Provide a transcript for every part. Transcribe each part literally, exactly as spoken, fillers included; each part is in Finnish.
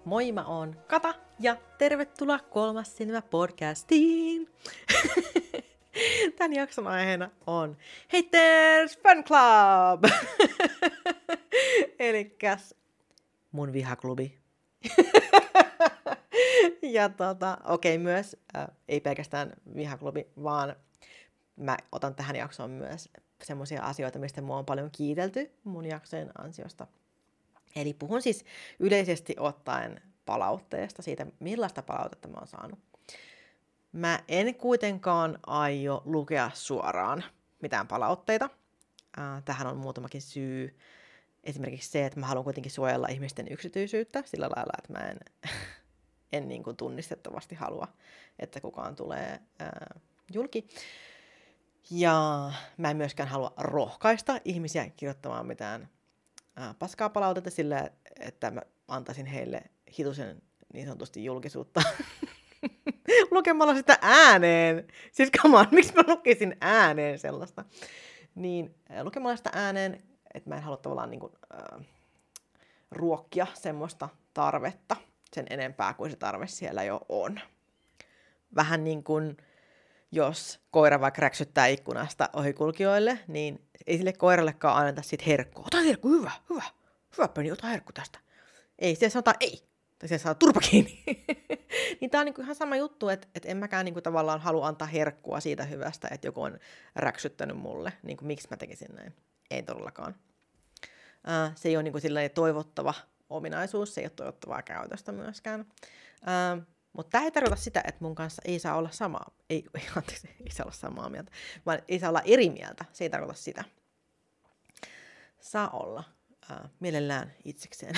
Moi, mä oon Kata ja tervetuloa Kolmas Silmä podcastiin! Tän jakson aiheena on Haters Fan Club! Elikkäs mun vihaklubi. Ja tota, okei okay, myös, äh, ei pelkästään vihaklubi, vaan mä otan tähän jaksoon myös semmoisia asioita, mistä mua on paljon kiitelty mun jaksojen ansiosta. Eli puhun siis yleisesti ottaen palautteesta, siitä millaista palautetta mä oon saanut. Mä en kuitenkaan aio lukea suoraan mitään palautteita. Äh, tähän on muutamakin syy. Esimerkiksi se, että mä haluan kuitenkin suojella ihmisten yksityisyyttä sillä lailla, että mä en, en niin kuin tunnistettavasti halua, että kukaan tulee äh, julki. Ja mä en myöskään halua rohkaista ihmisiä kirjoittamaan mitään äh, paskaa palautetta sillä, että mä antaisin heille hitusen niin sanotusti julkisuutta lukemalla sitä ääneen. Siis come on, miksi mä lukisin ääneen sellaista? Niin äh, lukemalla sitä ääneen, että mä en halua tavallaan niin kuin, äh, ruokkia semmoista tarvetta sen enempää kuin se tarve siellä jo on. Vähän niin kuin jos koira vaikka räksyttää ikkunasta ohikulkijoille, niin ei sille koirallekaan anneta sit herkkua. Ota herkku, hyvä, hyvä, hyvä Penny, ota herkku tästä. Ei, se sanotaan ei, tai se saa turpa kiinni. Niin tää on niinku ihan sama juttu, että et en mäkään niinku tavallaan halua antaa herkkua siitä hyvästä, että joku on räksyttänyt mulle. Niinku miksi mä tekisin näin? Ei todellakaan. Ää, se ei ole niinku silleen toivottava ominaisuus, se ei ole toivottavaa käytöstä myöskään. Ää, Mutta tämä ei tarkoita sitä, että mun kanssa ei saa olla samaa, ei, anteeksi, ei saa olla samaa mieltä, vaan ei saa olla eri mieltä. Se ei tarkoita sitä. Saa olla äh, mielellään itsekseen.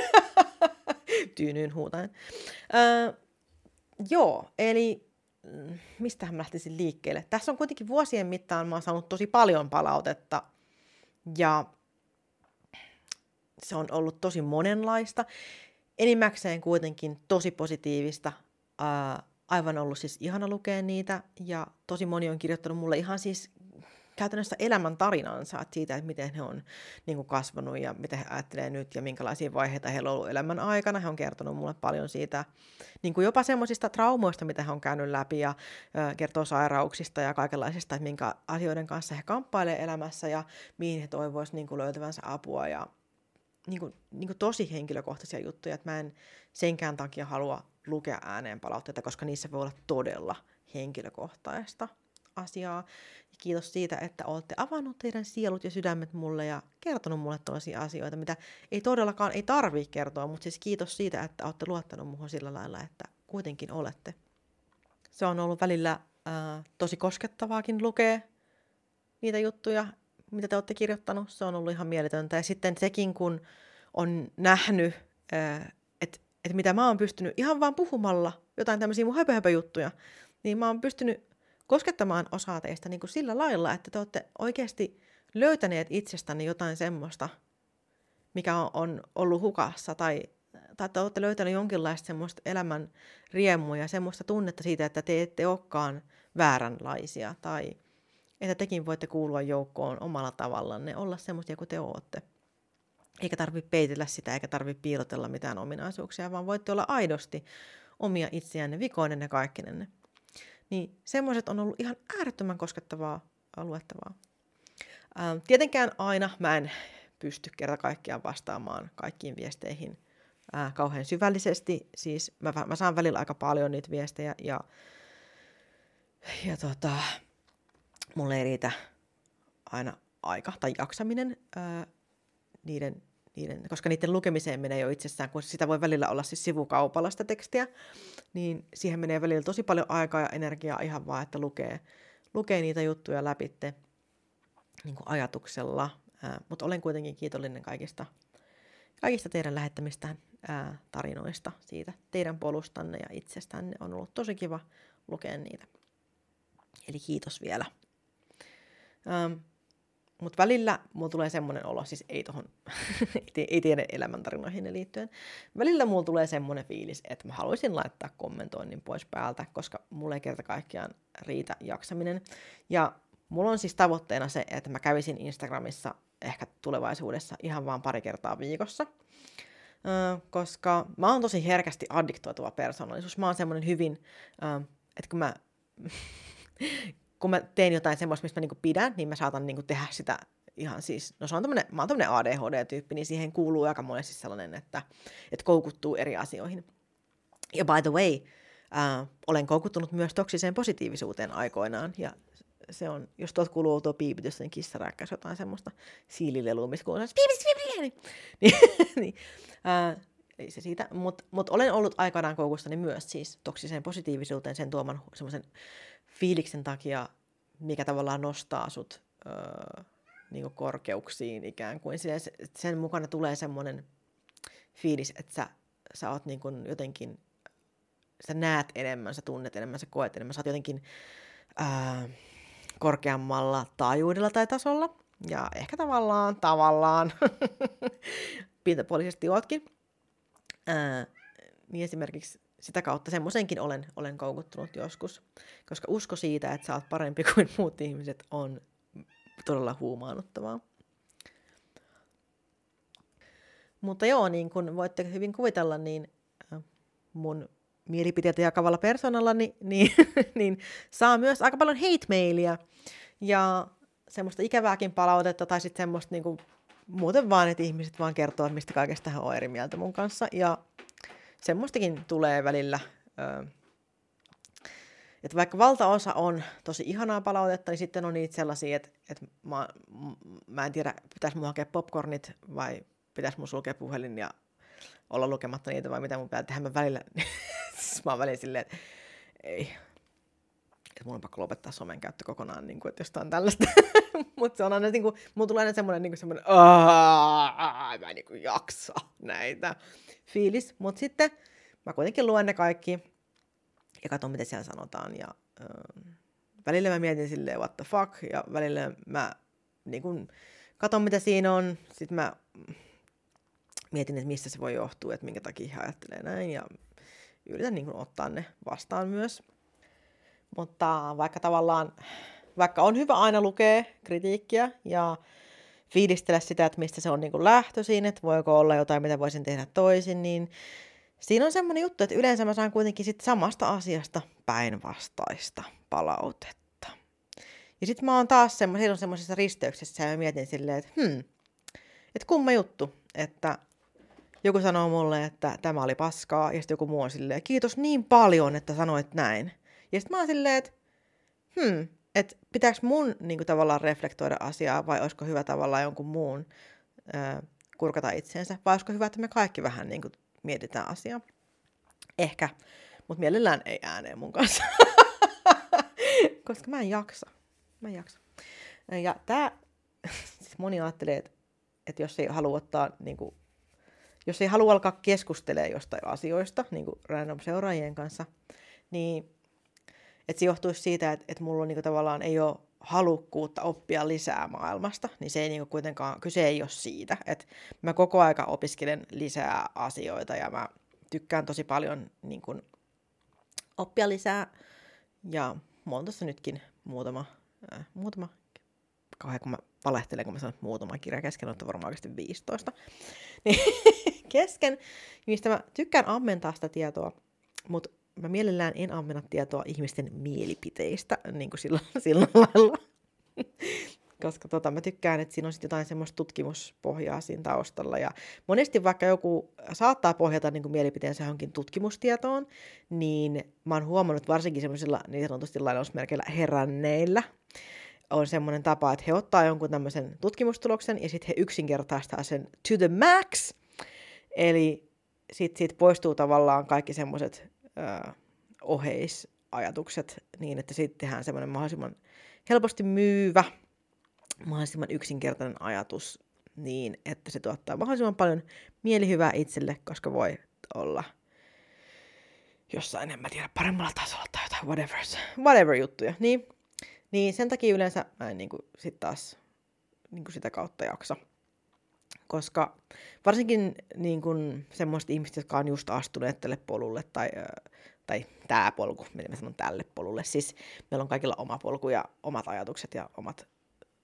Tyynyyn huutaen. Äh, joo, eli mistähän mä lähtisin liikkeelle? Tässä on kuitenkin vuosien mittaan mä oon saanut tosi paljon palautetta ja se on ollut tosi monenlaista. Enimmäkseen kuitenkin tosi positiivista. Ää, aivan ollut siis ihana lukea niitä. Ja tosi moni on kirjoittanut mulle ihan siis käytännössä elämän tarinansa. Että siitä, että miten he on niin kuin kasvanut ja mitä he ajattelee nyt ja minkälaisia vaiheita heillä on ollut elämän aikana. He on kertonut mulle paljon siitä, niin kuin jopa semmoisista traumoista, mitä he on käynyt läpi ja ää, kertoo sairauksista ja kaikenlaisista, että minkä asioiden kanssa he kamppailee elämässä ja mihin he toivoisivat niin kuin löytävänsä apua ja Niin kuin, niin kuin tosi henkilökohtaisia juttuja, että mä en senkään takia halua lukea ääneen palautteita, koska niissä voi olla todella henkilökohtaista asiaa. Ja kiitos siitä, että olette avannut teidän sielut ja sydämet mulle ja kertonut mulle tällaisia asioita, mitä ei todellakaan ei tarvitse kertoa, mutta siis kiitos siitä, että olette luottanut muhun sillä lailla, että kuitenkin olette. Se on ollut välillä ää, tosi koskettavaakin lukea niitä juttuja, mitä te olette kirjoittanut, se on ollut ihan mieletöntä. Ja sitten sekin, kun on nähnyt, että et mitä mä oon pystynyt ihan vaan puhumalla jotain tämmöisiä mun höpö, höpö juttuja, niin mä oon pystynyt koskettamaan osaa teistä niin kuin sillä lailla, että te olette oikeasti löytäneet itsestäni jotain semmoista, mikä on, on ollut hukassa, tai, tai te olette löytäneet jonkinlaista semmoista elämän riemua ja semmoista tunnetta siitä, että te ette olekaan vääränlaisia, tai että tekin voitte kuulua joukkoon omalla tavallanne, olla semmoisia kuin te ootte. Eikä tarvitse peitellä sitä, eikä tarvitse piilotella mitään ominaisuuksia, vaan voitte olla aidosti omia itseänne, vikoinenne ja kaikkinenne. Niin semmoiset on ollut ihan äärettömän koskettavaa luettavaa. Ää, tietenkään aina mä en pysty kerta kaikkiaan vastaamaan kaikkiin viesteihin ää, kauhean syvällisesti. Siis mä, mä saan välillä aika paljon niitä viestejä ja, ja tota... Mulle ei riitä aina aika tai jaksaminen, ää, niiden, niiden, koska niiden lukemiseen menee jo itsessään, kun sitä voi välillä olla siis sivukaupalla sitä tekstiä, niin siihen menee välillä tosi paljon aikaa ja energiaa ihan vaan, että lukee, lukee niitä juttuja läpitte niin kuin ajatuksella. Ää, mutta olen kuitenkin kiitollinen kaikista, kaikista teidän lähettämistään ää, tarinoista, siitä teidän polustanne ja itsestänne. On ollut tosi kiva lukea niitä. Eli kiitos vielä. Um, Mutta välillä mulla tulee semmoinen olo, siis ei tohon, ei tiedä elämäntarinoihin liittyen. Välillä mulla tulee semmoinen fiilis, että mä haluaisin laittaa kommentoinnin pois päältä, koska mulla ei kerta kaikkiaan riitä jaksaminen. Ja mulla on siis tavoitteena se, että mä kävisin Instagramissa ehkä tulevaisuudessa ihan vaan pari kertaa viikossa. Ö, koska mä oon tosi herkästi addiktoituva persoonallisuus. Mä oon semmoinen hyvin, ö, että kun mä, kun mä teen jotain semmoista, mistä mä niinku pidän, niin mä saatan niinku tehdä sitä ihan siis, no se on tämmönen, mä oon tämmönen A D H D-tyyppi, niin siihen kuuluu aika monesti sellainen, että, että koukuttuu eri asioihin. Ja by the way, äh, olen koukuttunut myös toksiseen positiivisuuteen aikoinaan, ja se on, jos tuolta kuuluu outoa piipitystä, niin kissa rääkkäisi jotain semmoista siililelua, missä kuuluu piipis, piipis, niin, niin, äh, ei se siitä, mutta mut olen ollut aikanaan koukustani myös siis toksiseen positiivisuuteen sen tuoman semmoisen fiiliksen takia, mikä tavallaan nostaa sut öö, niin korkeuksiin ikään kuin. Sen mukana tulee semmoinen fiilis, että sä, sä oot niin kuin jotenkin, sä näet enemmän, sä tunnet enemmän, sä koet enemmän, sä oot jotenkin ää, korkeammalla taajuudella tai tasolla. Ja ehkä tavallaan, tavallaan, pintapuolisesti ootkin. Ää, niin esimerkiksi sitä kautta semmoisenkin olen, olen koukuttunut joskus, koska usko siitä, että sä oot parempi kuin muut ihmiset, on todella huumaannuttavaa. Mutta joo, niin kuin voitte hyvin kuvitella, niin mun mielipiteitä jakavalla persoonalla niin, niin, niin saa myös aika paljon hate-mailia ja semmoista ikävääkin palautetta tai sitten semmoista niin kuin, muuten vaan, että ihmiset vaan kertoo, että mistä kaikesta hän on eri mieltä mun kanssa. Ja semmoistakin tulee välillä, että vaikka valtaosa on tosi ihanaa palautetta, niin sitten on niitä sellaisia, että, että mä, mä en tiedä, pitäisi mun hakea popcornit vai pitäisi mun sulkea puhelin ja olla lukematta niitä vai mitä mun pitää tehdä. Mä välillä, siis mä oon välillä silleen, että ei, että mun on pakko lopettaa somen käyttö kokonaan, niin kuin, että jostain tällaista. Mutta se on aina, niin kuin, mun tulee aina semmoinen, niin kuin semmoinen, mä en niin kuin jaksa näitä fiilis. Mutta sitten mä kuitenkin luen ne kaikki ja katson, mitä siellä sanotaan. Ja äh, välillä mä mietin silleen, what the fuck, ja välillä mä niin kuin, katson, mitä siinä on. Sitten mä mietin, että mistä se voi johtua, että minkä takia he ajattelee näin, ja yritän niin kuin, ottaa ne vastaan myös. Mutta vaikka tavallaan, vaikka on hyvä aina lukea kritiikkiä ja fiilistellä sitä, että mistä se on niin kuin lähtöisin, että voiko olla jotain, mitä voisin tehdä toisin, niin siinä on semmoinen juttu, että yleensä mä saan kuitenkin sit samasta asiasta päinvastaista palautetta. Ja sitten mä oon taas semmo- semmoisessa risteyksessä ja mä mietin silleen, että hmm, että kumma juttu, että joku sanoo mulle, että tämä oli paskaa, ja sitten joku muu on silleen, kiitos niin paljon, että sanoit näin. Ja sitten mä oon silleen, että hmm, että pitääkö mun niinku tavallaan reflektoida asiaa, vai olisiko hyvä tavallaan jonkun muun ö, kurkata itseensä, vai olisiko hyvä, että me kaikki vähän niinku mietitään asiaa. Ehkä, mutta mielellään ei ääneen mun kanssa, koska mä en jaksa. Mä en jaksa. Ja tää, siis moni ajattelee, että, että jos ei halua ottaa, niinku, jos ei halua alkaa keskustelemaan jostain asioista, niinku random seuraajien kanssa, niin että se johtuisi siitä, että, että mulla on niinku tavallaan ei ole halukkuutta oppia lisää maailmasta, niin se ei niinku kuitenkaan, kyse ei ole siitä, että mä koko aika opiskelen lisää asioita ja mä tykkään tosi paljon niinku oppia lisää ja mulla on tuossa nytkin muutama, äh, muutama, kauhean kun mä valehtelen, kun mä sanon muutama kirja kesken, mutta varmaan oikeasti viisitoista, niin kesken, mistä mä tykkään ammentaa sitä tietoa, mutta mä mielellään en ammenna tietoa ihmisten mielipiteistä, niin kuin sillä, sillä lailla. Koska tota, mä tykkään, että siinä on sit jotain semmoista tutkimuspohjaa siinä taustalla. Ja monesti vaikka joku saattaa pohjata niin kuin mielipiteensä johonkin tutkimustietoon, niin mä oon huomannut varsinkin semmoisilla niin sanotusti lainausmerkeillä heränneillä, on semmoinen tapa, että he ottaa jonkun tämmöisen tutkimustuloksen ja sitten he yksinkertaistaa sen to the max. Eli sitten siitä poistuu tavallaan kaikki semmoiset Ö, oheisajatukset niin, että siitä tehdään semmoinen mahdollisimman helposti myyvä, mahdollisimman yksinkertainen ajatus niin, että se tuottaa mahdollisimman paljon mielihyvää itselle, koska voi olla jossain, en mä tiedä, paremmalla tasolla tai jotain whatever, whatever juttuja. Niin, niin sen takia yleensä mä en niin kuin, sit taas niin kuin sitä kautta jaksa. Koska varsinkin niin kun semmoiset ihmiset, jotka on just astuneet tälle polulle, tai, tai tämä polku, miten mä sanon tälle polulle, siis meillä on kaikilla oma polku ja omat ajatukset ja omat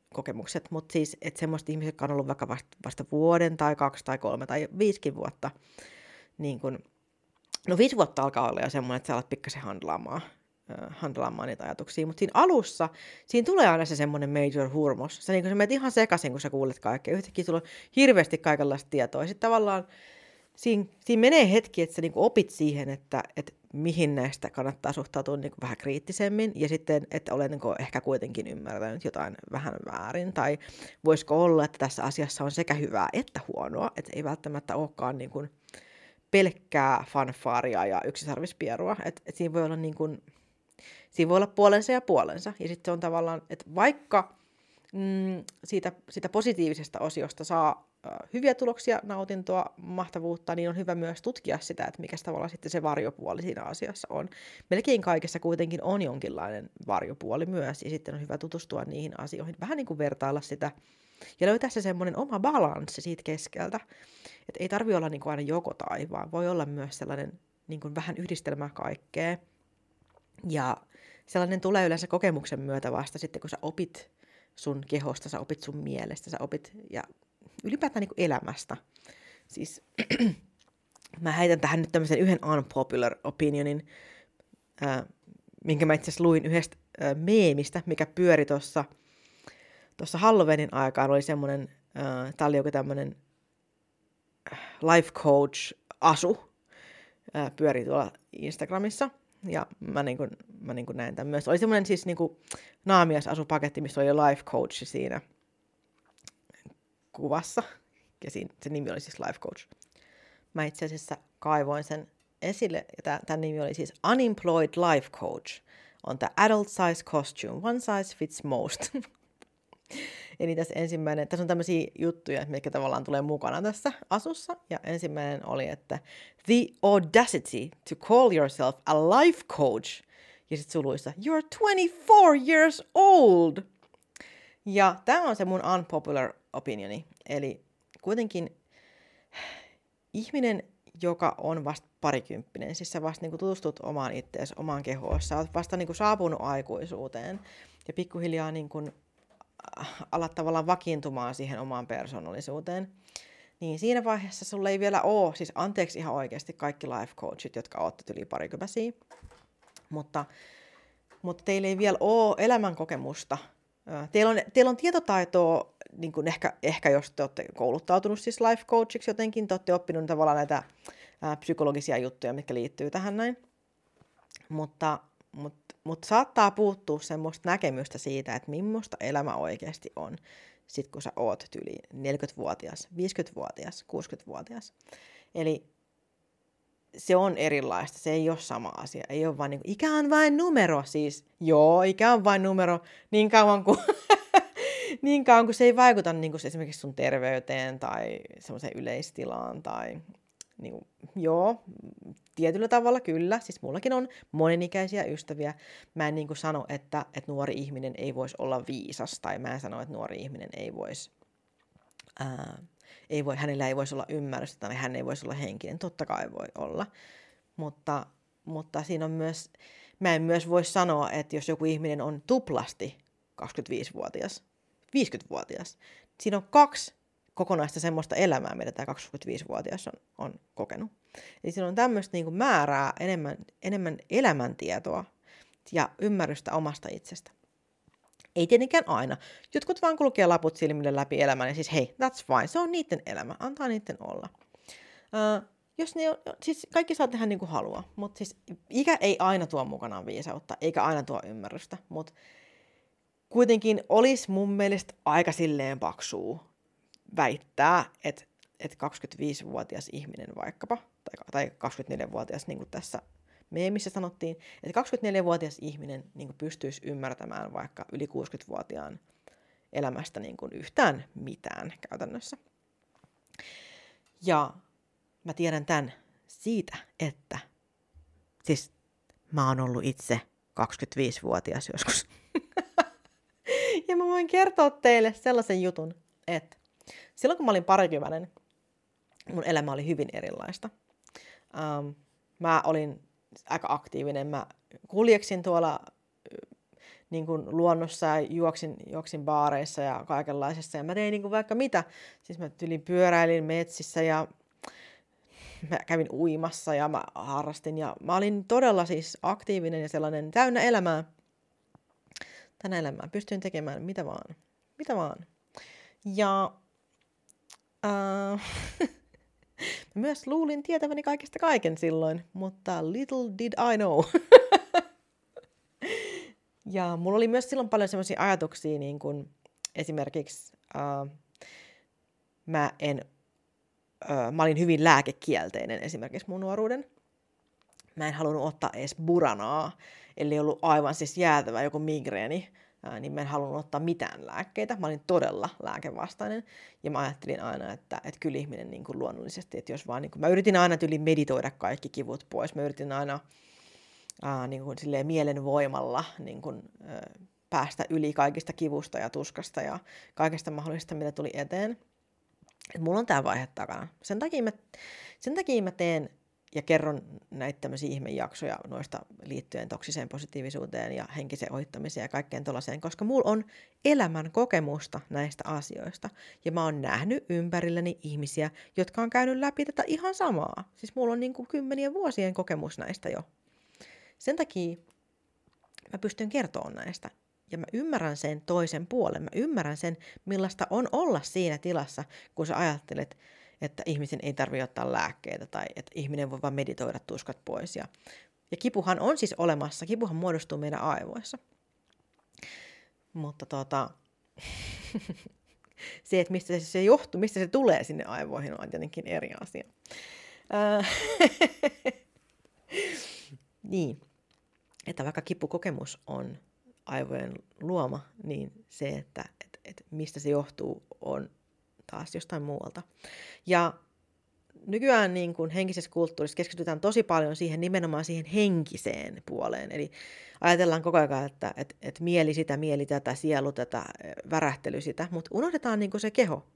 kokemukset, mutta siis, että semmoista ihmiset, jotka on ollut vaikka vasta, vasta vuoden tai kaksi tai kolme tai viisikin vuotta, niin kun, no viisi vuotta alkaa olla jo semmoinen, että sä alat pikkasen handlaamaan, äh, handlaamaan niitä ajatuksia, mutta siinä alussa, siinä tulee aina se semmoinen major hurmos. Sä, niin kun sä menet ihan sekaisin, kun sä kuulet kaikkea. Yhtäkkiä sulla on hirveästi kaikenlaista tietoa. Ja sitten tavallaan siinä, siinä menee hetki, että sä niin opit siihen, että, että mihin näistä kannattaa suhtautua niin vähän kriittisemmin, ja sitten, että olen niin ehkä kuitenkin ymmärtänyt jotain vähän väärin, tai voisiko olla, että tässä asiassa on sekä hyvää että huonoa, että ei välttämättä olekaan niin kuin pelkkää fanfaaria ja yksisarvispierua, että, että siinä voi olla niin kuin, siinä voi olla puolensa ja puolensa, ja sitten se on tavallaan, että vaikka mm, siitä, siitä positiivisesta osiosta saa hyviä tuloksia, nautintoa, mahtavuutta, niin on hyvä myös tutkia sitä, että mikä tavallaan sitten se varjopuoli siinä asiassa on. Melkein kaikessa kuitenkin on jonkinlainen varjopuoli myös, ja sitten on hyvä tutustua niihin asioihin, vähän niin kuin vertailla sitä, ja löytää se semmoinen oma balanssi siitä keskeltä. Että ei tarvitse olla niin kuin aina joko tai, vaan voi olla myös sellainen niin kuin vähän yhdistelmä kaikkea. Ja sellainen tulee yleensä kokemuksen myötä vasta sitten, kun sä opit sun kehosta, sä opit sun mielestä, sä opit ja ylipäätään niin kuin elämästä. Siis mä heitän tähän nyt tämmöisen yhden unpopular opinionin, äh, minkä mä itse asiassa luin yhdestä äh, meemistä, mikä pyöri tuossa tuossa Halloweenin aikaan. Oli semmoinen, äh, tää oli joku tämmöinen life coach asu, äh, pyöri tuolla Instagramissa. Ja mä, niin kuin, mä niin kuin näin tämän myös. Oli semmoinen siis niin kuin naamiasasupaketti, missä oli life coach siinä kuvassa. Ja siinä, se nimi oli siis life coach. Mä itse asiassa kaivoin sen esille. Ja tämän nimi oli siis Unemployed Life Coach. On tämä adult size costume. One size fits most. Eli tässä ensimmäinen, tässä on tämmöisiä juttuja, mitkä tavallaan tulee mukana tässä asussa. Ja ensimmäinen oli, että the audacity to call yourself a life coach. Ja sitten suluissa, you're twenty-four years old. Ja tämä on se mun unpopular opinioni. Eli kuitenkin ihminen, joka on vasta parikymppinen, siis sä vasta niinku tutustut omaan ittees, omaan kehoon, sä oot vasta niinku saapunut aikuisuuteen ja pikkuhiljaa niinku alat tavallaan vakiintumaan siihen omaan persoonallisuuteen, niin siinä vaiheessa sulla ei vielä ole, siis anteeksi ihan oikeasti kaikki life coachit, jotka ootte yli parikymäisiä, mutta, mutta teillä ei vielä ole elämänkokemusta. Teillä on, teillä on tietotaitoa, niin kuin ehkä, ehkä jos te olette kouluttautunut siis life coachiksi jotenkin, te olette oppinut tavallaan näitä ää, psykologisia juttuja, mitkä liittyy tähän näin, mutta Mutta mut saattaa puuttua semmoista näkemystä siitä, että millaista elämä oikeasti on, sit kun sä oot yli neljäkymmentävuotias, viisikymmentävuotias, kuusikymmentävuotias. Eli se on erilaista, se ei ole sama asia. Ei ole vain niin kuin, ikä on vain numero, siis joo, ikä on vain numero niin kauan kuin, niin kauan kuin se ei vaikuta niin kuin esimerkiksi sun terveyteen tai semmoiseen yleistilaan tai niin kuin, joo, tietyllä tavalla kyllä, siis mullakin on monenikäisiä ystäviä. Mä en niin kuin sano, että, että nuori ihminen ei voisi olla viisas, tai mä en sano, että nuori ihminen ei voisi, ää, ei voi, hänellä ei voisi olla ymmärrystä, tai hän ei voisi olla henkinen. Totta kai voi olla, mutta, mutta siinä on myös, mä en myös voi sanoa, että jos joku ihminen on tuplasti kaksikymmentäviisivuotias, viisikymmentävuotias, siinä on kaksi kokonaista semmoista elämää, mitä tämä kaksikymmentäviisivuotias on, on kokenut. Eli siinä on tämmöistä niin kuin määrää enemmän, enemmän elämäntietoa ja ymmärrystä omasta itsestä. Ei tietenkään aina. Jotkut vaan kulkee laput silmille läpi elämän ja siis hei, that's fine, se on niiden elämä, antaa niiden olla. Uh, jos ne on, siis kaikki saa tehdä niin kuin haluaa, mutta siis ikä ei aina tuo mukanaan viisautta, eikä aina tuo ymmärrystä, mutta kuitenkin olisi mun mielestä aika silleen paksuu väittää, että, että kaksikymmentäviisivuotias ihminen vaikkapa, tai, tai kaksikymmentäneljävuotias, niin kuin tässä meemissä sanottiin, että kaksikymmentäneljävuotias ihminen niin kuin pystyisi ymmärtämään vaikka yli kuusikymmentävuotiaan elämästä niin kuin yhtään mitään käytännössä. Ja mä tiedän tämän siitä, että siis mä oon ollut itse kaksikymmentäviisivuotias joskus. Ja mä voin kertoa teille sellaisen jutun, että silloin kun mä olin parikymäinen, mun elämä oli hyvin erilaista. Um, mä olin aika aktiivinen. Mä kuljeksin tuolla niin kuin luonnossa ja juoksin, juoksin baareissa ja kaikenlaisessa. Ja mä tein niin kuin vaikka mitä. Siis mä tyli pyöräilin metsissä ja mä kävin uimassa ja mä harrastin. Ja mä olin todella siis aktiivinen ja sellainen täynnä elämää. Tänä elämää. Pystyin tekemään mitä vaan. Mitä vaan. Ja äh, myös luulin tietäväni kaikesta kaiken silloin, mutta little did I know. Ja mulla oli myös silloin paljon semmoisia ajatuksia, niin kuin esimerkiksi äh, mä, en, äh, mä olin hyvin lääkekielteinen esimerkiksi mun nuoruuden. Mä en halunnut ottaa edes buranaa, eli ollut aivan siis jäätävä joku migreeni, äh, niin mä en halunnut ottaa mitään lääkkeitä. Mä olin todella lääkevastainen ja mä ajattelin aina, että, että kyllä ihminen niin kuin luonnollisesti, että jos vaan, niin kuin, mä yritin aina yli meditoida kaikki kivut pois. Mä yritin aina Aa, niin kuin silleen mielen voimalla niin kuin, ö, päästä yli kaikista kivusta ja tuskasta ja kaikesta mahdollisesta, mitä tuli eteen. Et mulla on tämä vaihe takana. Sen takia, mä, sen takia mä teen ja kerron näitä tämmöisiä ihmejaksoja noista liittyen toksiseen positiivisuuteen ja henkiseen ohittamiseen ja kaikkeen tuollaiseen, koska mulla on elämän kokemusta näistä asioista. Ja mä oon nähnyt ympärilläni ihmisiä, jotka on käynyt läpi tätä ihan samaa. Siis mulla on niin kuin kymmenien vuosien kokemus näistä jo. Sen takia mä pystyn kertomaan näistä ja mä ymmärrän sen toisen puolen. Mä ymmärrän sen, millaista on olla siinä tilassa, kun sä ajattelet, että ihmisen ei tarvitse ottaa lääkkeitä tai että ihminen voi vaan meditoida tuskat pois. Ja, ja kipuhan on siis olemassa. Kipuhan muodostuu meidän aivoissa. Mutta tota, se, että mistä se johtuu, mistä se tulee sinne aivoihin, on tietenkin eri asia. Niin, että vaikka kipukokemus on aivojen luoma, niin se, että et, et mistä se johtuu, on taas jostain muualta. Ja nykyään niin kuin henkisessä kulttuurissa keskitytään tosi paljon siihen nimenomaan siihen henkiseen puoleen. Eli ajatellaan koko ajan, että et, et mieli sitä, mieli tätä, sielu tätä, värähtely sitä, mutta unohdetaan niin kuin se keho.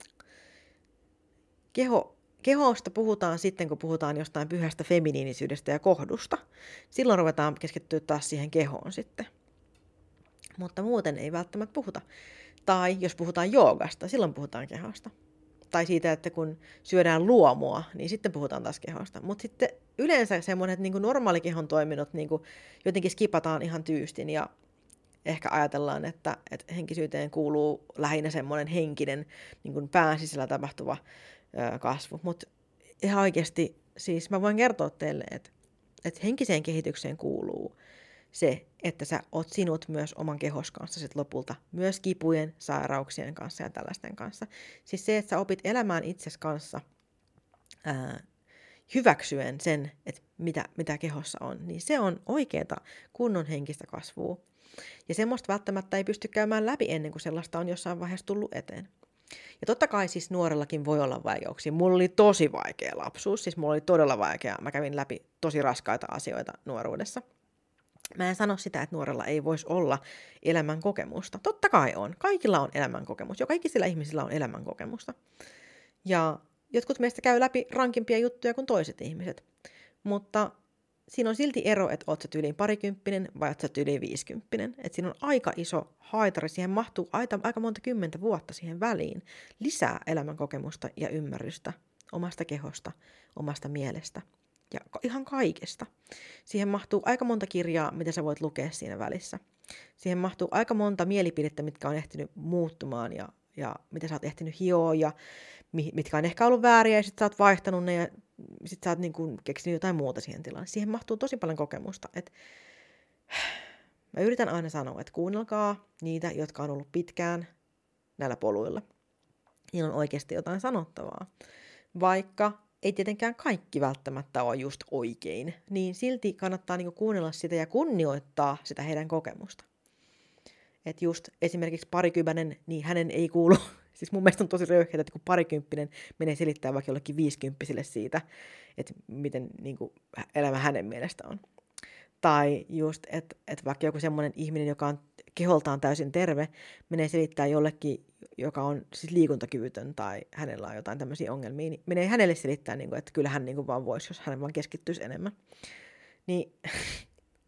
Keho Kehosta puhutaan sitten, kun puhutaan jostain pyhästä feminiinisyydestä ja kohdusta. Silloin ruvetaan keskittyä taas siihen kehoon sitten. Mutta muuten ei välttämättä puhuta. Tai jos puhutaan joogasta, silloin puhutaan kehosta. Tai siitä, että kun syödään luomua, niin sitten puhutaan taas kehosta. Mutta sitten yleensä semmoiset niin kuin normaali kehon toiminnot niin kuin jotenkin skipataan ihan tyystin ja ehkä ajatellaan, että, että henkisyyteen kuuluu lähinnä semmoinen henkinen niin kuin pään sisällä tapahtuva kasvu. Mutta ihan oikeasti, siis mä voin kertoa teille, että, että henkiseen kehitykseen kuuluu se, että sä oot sinut myös oman kehos kanssa sit lopulta, myös kipujen, sairauksien kanssa ja tällaisten kanssa. Siis se, että sä opit elämään itsesi kanssa ää, hyväksyen sen, että mitä, mitä kehossa on, niin se on oikeeta kunnon henkistä kasvua. Ja semmoista välttämättä ei pysty käymään läpi ennen kuin sellaista on jossain vaiheessa tullut eteen. Ja totta kai siis nuorellakin voi olla vaikeuksia. Mulla oli tosi vaikea lapsuus, siis mulla oli todella vaikea. Mä kävin läpi tosi raskaita asioita nuoruudessa. Mä en sano sitä, että nuorella ei voisi olla elämän kokemusta. Totta kai on. Kaikilla on elämän kokemus. Jo kaikilla ihmisillä on elämän kokemusta. Ja jotkut meistä käy läpi rankimpia juttuja kuin toiset ihmiset. Mutta siinä on silti ero, että oot sä tyyliin parikymppinen vai oot sä tyyliin viisikymppinen. Että siinä on aika iso haitari. Siihen mahtuu aika, aika monta kymmentä vuotta siihen väliin. Lisää elämän kokemusta ja ymmärrystä omasta kehosta, omasta mielestä ja ihan kaikesta. Siihen mahtuu aika monta kirjaa, mitä sä voit lukea siinä välissä. Siihen mahtuu aika monta mielipidettä, mitkä on ehtinyt muuttumaan ja, ja mitä sä oot ehtinyt hioa ja mitkä on ehkä ollut vääriä ja sit sä oot vaihtanut ne ja sit sä oot niin kuin keksinyt jotain muuta siihen tilaan. Siihen mahtuu tosi paljon kokemusta. Et mä yritän aina sanoa, että kuunnelkaa niitä, jotka on ollut pitkään näillä poluilla. Niillä on oikeasti jotain sanottavaa. Vaikka ei tietenkään kaikki välttämättä ole just oikein, niin silti kannattaa niinku kuunnella sitä ja kunnioittaa sitä heidän kokemusta. Että just esimerkiksi parikymmenen, niin hänen ei kuulu, siis mun mielestä on tosi röyhkeää, että kun parikymppinen menee selittämään vaikka jollekin viisikymppisille siitä, että miten niinku elämä hänen mielestä on. Tai just, että et vaikka joku semmoinen ihminen, joka on keholtaan täysin terve, menee selittää jollekin, joka on siis liikuntakyvytön tai hänellä on jotain tämmöisiä ongelmia, niin menee hänelle selittää, niin kuin, että kyllä hän niin kuin vaan voisi, jos hän vaan keskittyisi enemmän. Niin,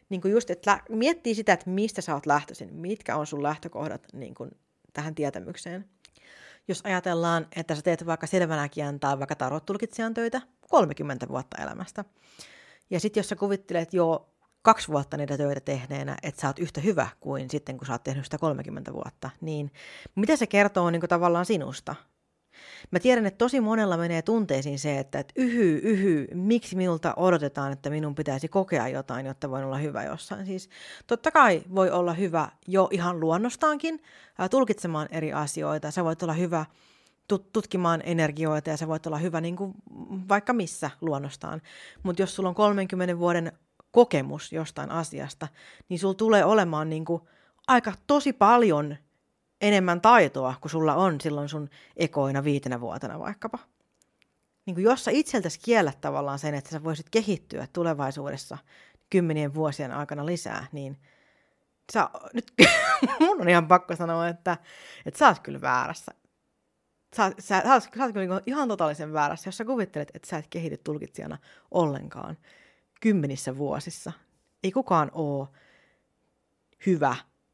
niin kuin just, että miettii sitä, että mistä sä oot lähtöisin, mitkä on sun lähtökohdat niin kuin tähän tietämykseen. Jos ajatellaan, että sä teet vaikka selvänäkijän tai vaikka tarot-tulkitsijan töitä kolmekymmentä vuotta elämästä, ja sitten jos sä kuvittelet jo kaksi vuotta niitä töitä tehneenä, että sä oot yhtä hyvä kuin sitten, kun sä oot tehnyt sitä kolmekymmentä vuotta, niin mitä se kertoo niin kuin tavallaan sinusta? Mä tiedän, että tosi monella menee tunteisiin se, että et yhy, yhy, miksi minulta odotetaan, että minun pitäisi kokea jotain, jotta voin olla hyvä jossain. Siis totta kai voi olla hyvä jo ihan luonnostaankin ää, tulkitsemaan eri asioita. Sä voit olla hyvä tut- tutkimaan energioita ja sä voit olla hyvä niin kuin vaikka missä luonnostaan. Mutta jos sulla on kolmenkymmenen vuoden kokemus jostain asiasta, niin sulla tulee olemaan niin kuin aika tosi paljon enemmän taitoa, kun sulla on silloin sun ekoina viitenä vuotena vaikkapa. Niin kuin jos sä itseltäsi kiellät tavallaan sen, että sä voisit kehittyä tulevaisuudessa kymmenien vuosien aikana lisää, niin sä, nyt mun on ihan pakko sanoa, että, että sä oot kyllä väärässä. Sä, sä, sä, oot, sä oot kyllä ihan totaalisen väärässä, jos sä kuvittelet, että sä et kehity tulkitsijana ollenkaan kymmenissä vuosissa. Ei kukaan ole hyvä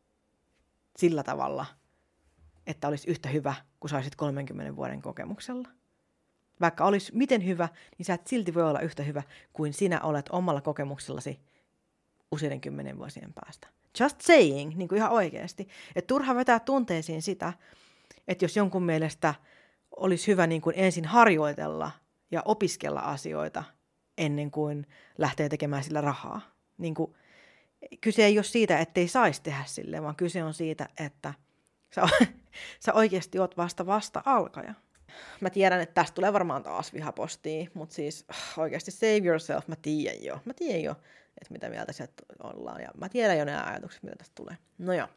sillä tavalla, että olisi yhtä hyvä, kun saisit kolmenkymmenen vuoden kokemuksella. Vaikka olisi miten hyvä, niin sä et silti voi olla yhtä hyvä kuin sinä olet omalla kokemuksellasi useiden kymmenen vuosien päästä. Just saying, niin kuin ihan oikeasti. Että turha vetää tunteisiin sitä, että jos jonkun mielestä olisi hyvä niin kuin ensin harjoitella ja opiskella asioita ennen kuin lähtee tekemään sillä rahaa. Niin kuin, kyse ei ole siitä, ettei saisi tehdä silleen, vaan kyse on siitä, että sä, sä oikeasti oot vasta vasta alkaja. Mä tiedän, että tästä tulee varmaan taas vihapostia, mutta siis oikeasti save yourself, mä tiedän jo. Mä tiedän jo, että mitä mieltä sieltä ollaan, ja mä tiedän jo nämä ajatukset, mitä tästä tulee. No joo.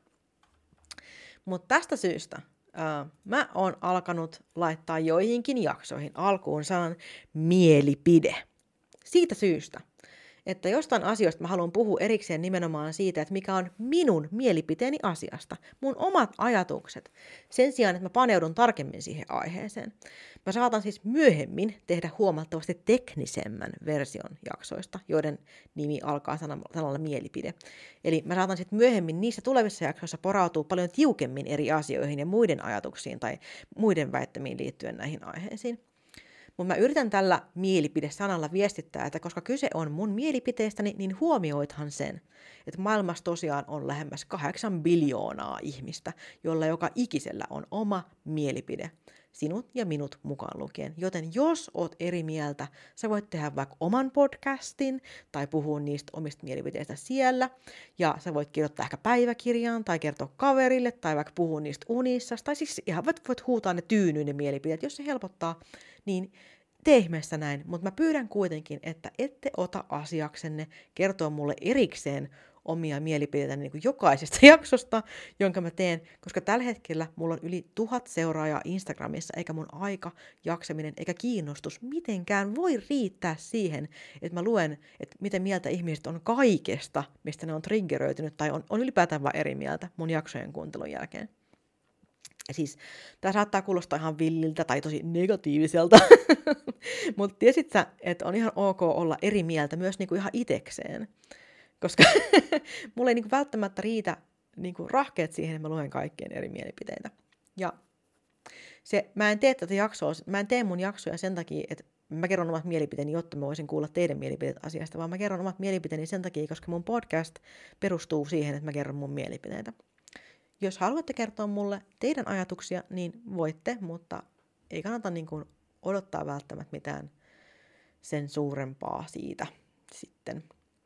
Mutta tästä syystä uh, mä oon alkanut laittaa joihinkin jaksoihin alkuun sanan mielipide. Siitä syystä, että jostain asioista mä haluan puhua erikseen nimenomaan siitä, että mikä on minun mielipiteeni asiasta, mun omat ajatukset, sen sijaan, että mä paneudun tarkemmin siihen aiheeseen. Mä saatan siis myöhemmin tehdä huomattavasti teknisemmän version jaksoista, joiden nimi alkaa sanalla mielipide. Eli mä saatan sitten myöhemmin niissä tulevissa jaksoissa porautua paljon tiukemmin eri asioihin ja muiden ajatuksiin tai muiden väittämiin liittyen näihin aiheisiin. Mutta mä yritän tällä mielipide-sanalla viestittää, että koska kyse on mun mielipiteestäni, niin huomioithan sen, että maailmassa tosiaan on lähemmäs kahdeksan biljoonaa ihmistä, jolla joka ikisellä on oma mielipide. Sinut ja minut mukaan lukien. Joten jos oot eri mieltä, sä voit tehdä vaikka oman podcastin tai puhua niistä omista mielipiteistä siellä. Ja sä voit kirjoittaa ehkä päiväkirjaan tai kertoa kaverille tai vaikka puhua niistä unissa. Tai siis ihan voit, voit huutaa ne tyynyyn ne mielipiteet. Jos se helpottaa, niin tee ihmeessä näin. Mutta mä pyydän kuitenkin, että ette ota asiaksenne kertoa mulle erikseen omia mielipiteitä niin kuin jokaisesta jaksosta, jonka mä teen, koska tällä hetkellä mulla on yli tuhat seuraajaa Instagramissa, eikä mun aika, jaksaminen eikä kiinnostus mitenkään voi riittää siihen, että mä luen, että miten mieltä ihmiset on kaikesta, mistä ne on triggeröitynyt tai on, on ylipäätään vaan eri mieltä mun jaksojen kuuntelun jälkeen. Ja siis tää saattaa kuulostaa ihan villiltä tai tosi negatiiviselta, mutta tiesit sä, että on ihan ok olla eri mieltä myös niinku ihan itekseen. Koska mulla ei niinku välttämättä riitä niinku rahkeet siihen, että mä luen kaikkien eri mielipiteitä. Ja se, mä en tee tätä jaksoa, mä en tee mun jaksoja sen takia, että mä kerron omat mielipiteeni, jotta mä voisin kuulla teidän mielipiteet asiasta, vaan mä kerron omat mielipiteeni sen takia, koska mun podcast perustuu siihen, että mä kerron mun mielipiteitä. Jos haluatte kertoa mulle teidän ajatuksia, niin voitte, mutta ei kannata niinku odottaa välttämättä mitään sen suurempaa siitä sitten.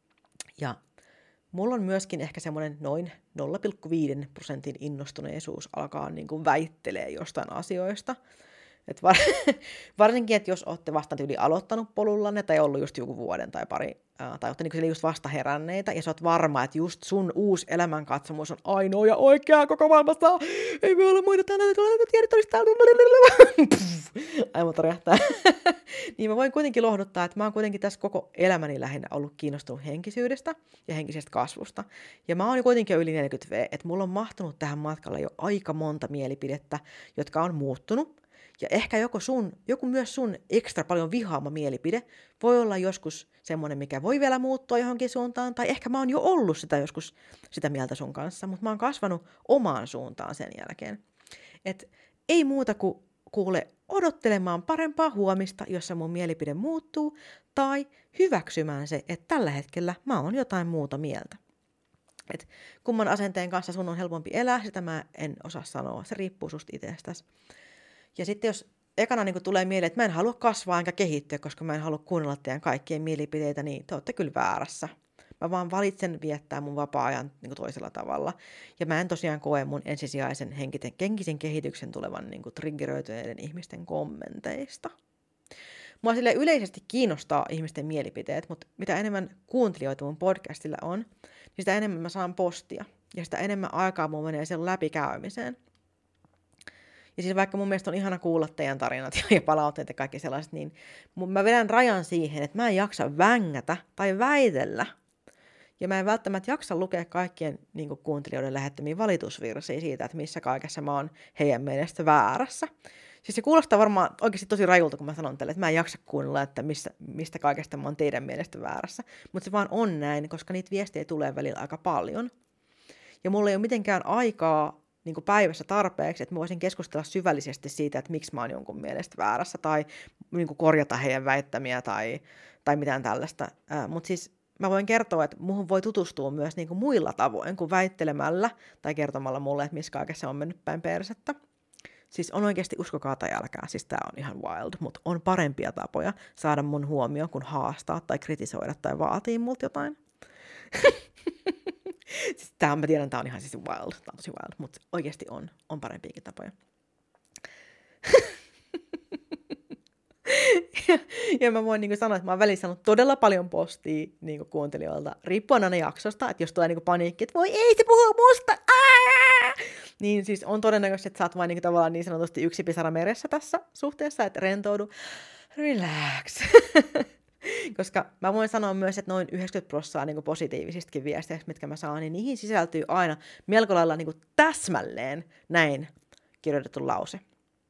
Ja mulla on myöskin ehkä semmoinen noin nolla pilkku viisi prosentin innostuneisuus alkaa niin kuin väittelee jostain asioista. Et var, varsinkin, että jos olette vasta yli aloittanut polullanne tai ollut just joku vuoden tai pari, ää, tai olette niin just vasta heränneitä, ja sä oot varma, että just sun uusi elämänkatsomus on ainoa ja oikea koko maailmasta. Ei voi olla muita täällä, tiedät olisi täällä. Aivan räjähtää. Niin mä voin kuitenkin lohduttaa, että mä oon kuitenkin tässä koko elämäni lähinnä ollut kiinnostunut henkisyydestä ja henkisestä kasvusta. Ja mä oon jo kuitenkin jo yli neljäkymmentä vuotta, että mulla on mahtunut tähän matkalle jo aika monta mielipidettä, jotka on muuttunut. Ja ehkä joku, sun, joku myös sun ekstra paljon vihaama mielipide voi olla joskus semmoinen, mikä voi vielä muuttua johonkin suuntaan, tai ehkä mä oon jo ollut sitä joskus sitä mieltä sun kanssa, mutta mä oon kasvanut omaan suuntaan sen jälkeen. Et ei muuta kuin kuule odottelemaan parempaa huomista, jossa mun mielipide muuttuu, tai hyväksymään se, että tällä hetkellä mä oon jotain muuta mieltä. Et kumman asenteen kanssa sun on helpompi elää, sitä mä en osaa sanoa, se riippuu susta itsestäsi. Ja sitten jos ekana niin tulee mieleen, että mä en halua kasvaa enkä kehittyä, koska mä en halua kuunnella teidän kaikkien mielipiteitä, niin te olette kyllä väärässä. Mä vaan valitsen viettää mun vapaa-ajan niin toisella tavalla. Ja mä en tosiaan koe mun ensisijaisen henkisen, henkisen kehityksen tulevan niin triggeröityneiden ihmisten kommenteista. Mua sille yleisesti kiinnostaa ihmisten mielipiteet, mutta mitä enemmän kuuntelijoita mun podcastilla on, niin sitä enemmän mä saan postia. Ja sitä enemmän aikaa mun menee sen läpikäymiseen. Ja siis vaikka mun mielestä on ihana kuulla teidän tarinat ja palautteet ja kaikki sellaiset, niin mä vedän rajan siihen, että mä en jaksa vängätä tai väitellä. Ja mä en välttämättä jaksa lukea kaikkien niin kuin kuuntelijoiden lähettämiä valitusvirsiä siitä, että missä kaikessa mä oon heidän mielestä väärässä. Siis se kuulostaa varmaan oikeasti tosi rajulta, kun mä sanon teille, että mä en jaksa kuunnella, että missä, mistä kaikesta mä oon teidän mielestä väärässä. Mutta se vaan on näin, koska niitä viestejä tulee välillä aika paljon. Ja mulla ei ole mitenkään aikaa niin kuin päivässä tarpeeksi, että mä voisin keskustella syvällisesti siitä, että miksi mä oon jonkun mielestä väärässä, tai niin kuin korjata heidän väittämiä, tai, tai mitään tällaista. Äh, Mutta siis mä voin kertoa, että muuhun voi tutustua myös niin kuin muilla tavoin kuin väittelemällä, tai kertomalla mulle, että missä kaikessa on mennyt päin persettä. Siis on oikeasti, uskokaa tai älkää, siis tää on ihan wild, mutta on parempia tapoja saada mun huomioon, kun haastaa tai kritisoida tai vaatii multa jotain. Siis tää on, mä tiedän, tää on ihan siis wild, tää on tosi wild, mutta oikeasti on, on parempiakin tapoja. ja, ja mä voin niin kuin sanoa, että mä oon välissä saanut todella paljon postia niin kuin kuuntelijoilta, riippuen aina jaksosta, että jos tulee niin kuin paniikki, että voi ei se puhuu musta, ää! Niin siis on todennäköisesti, että sä oot vain niin kuin tavallaan niin sanotusti yksi pisara meressä tässä suhteessa, että rentoudu, relax. Koska mä voin sanoa myös, että noin yhdeksänkymmentä prosenttia niin positiivisistakin viesteistä, mitkä mä saan, niin niihin sisältyy aina melko lailla niin kuin täsmälleen näin kirjoitettu lause.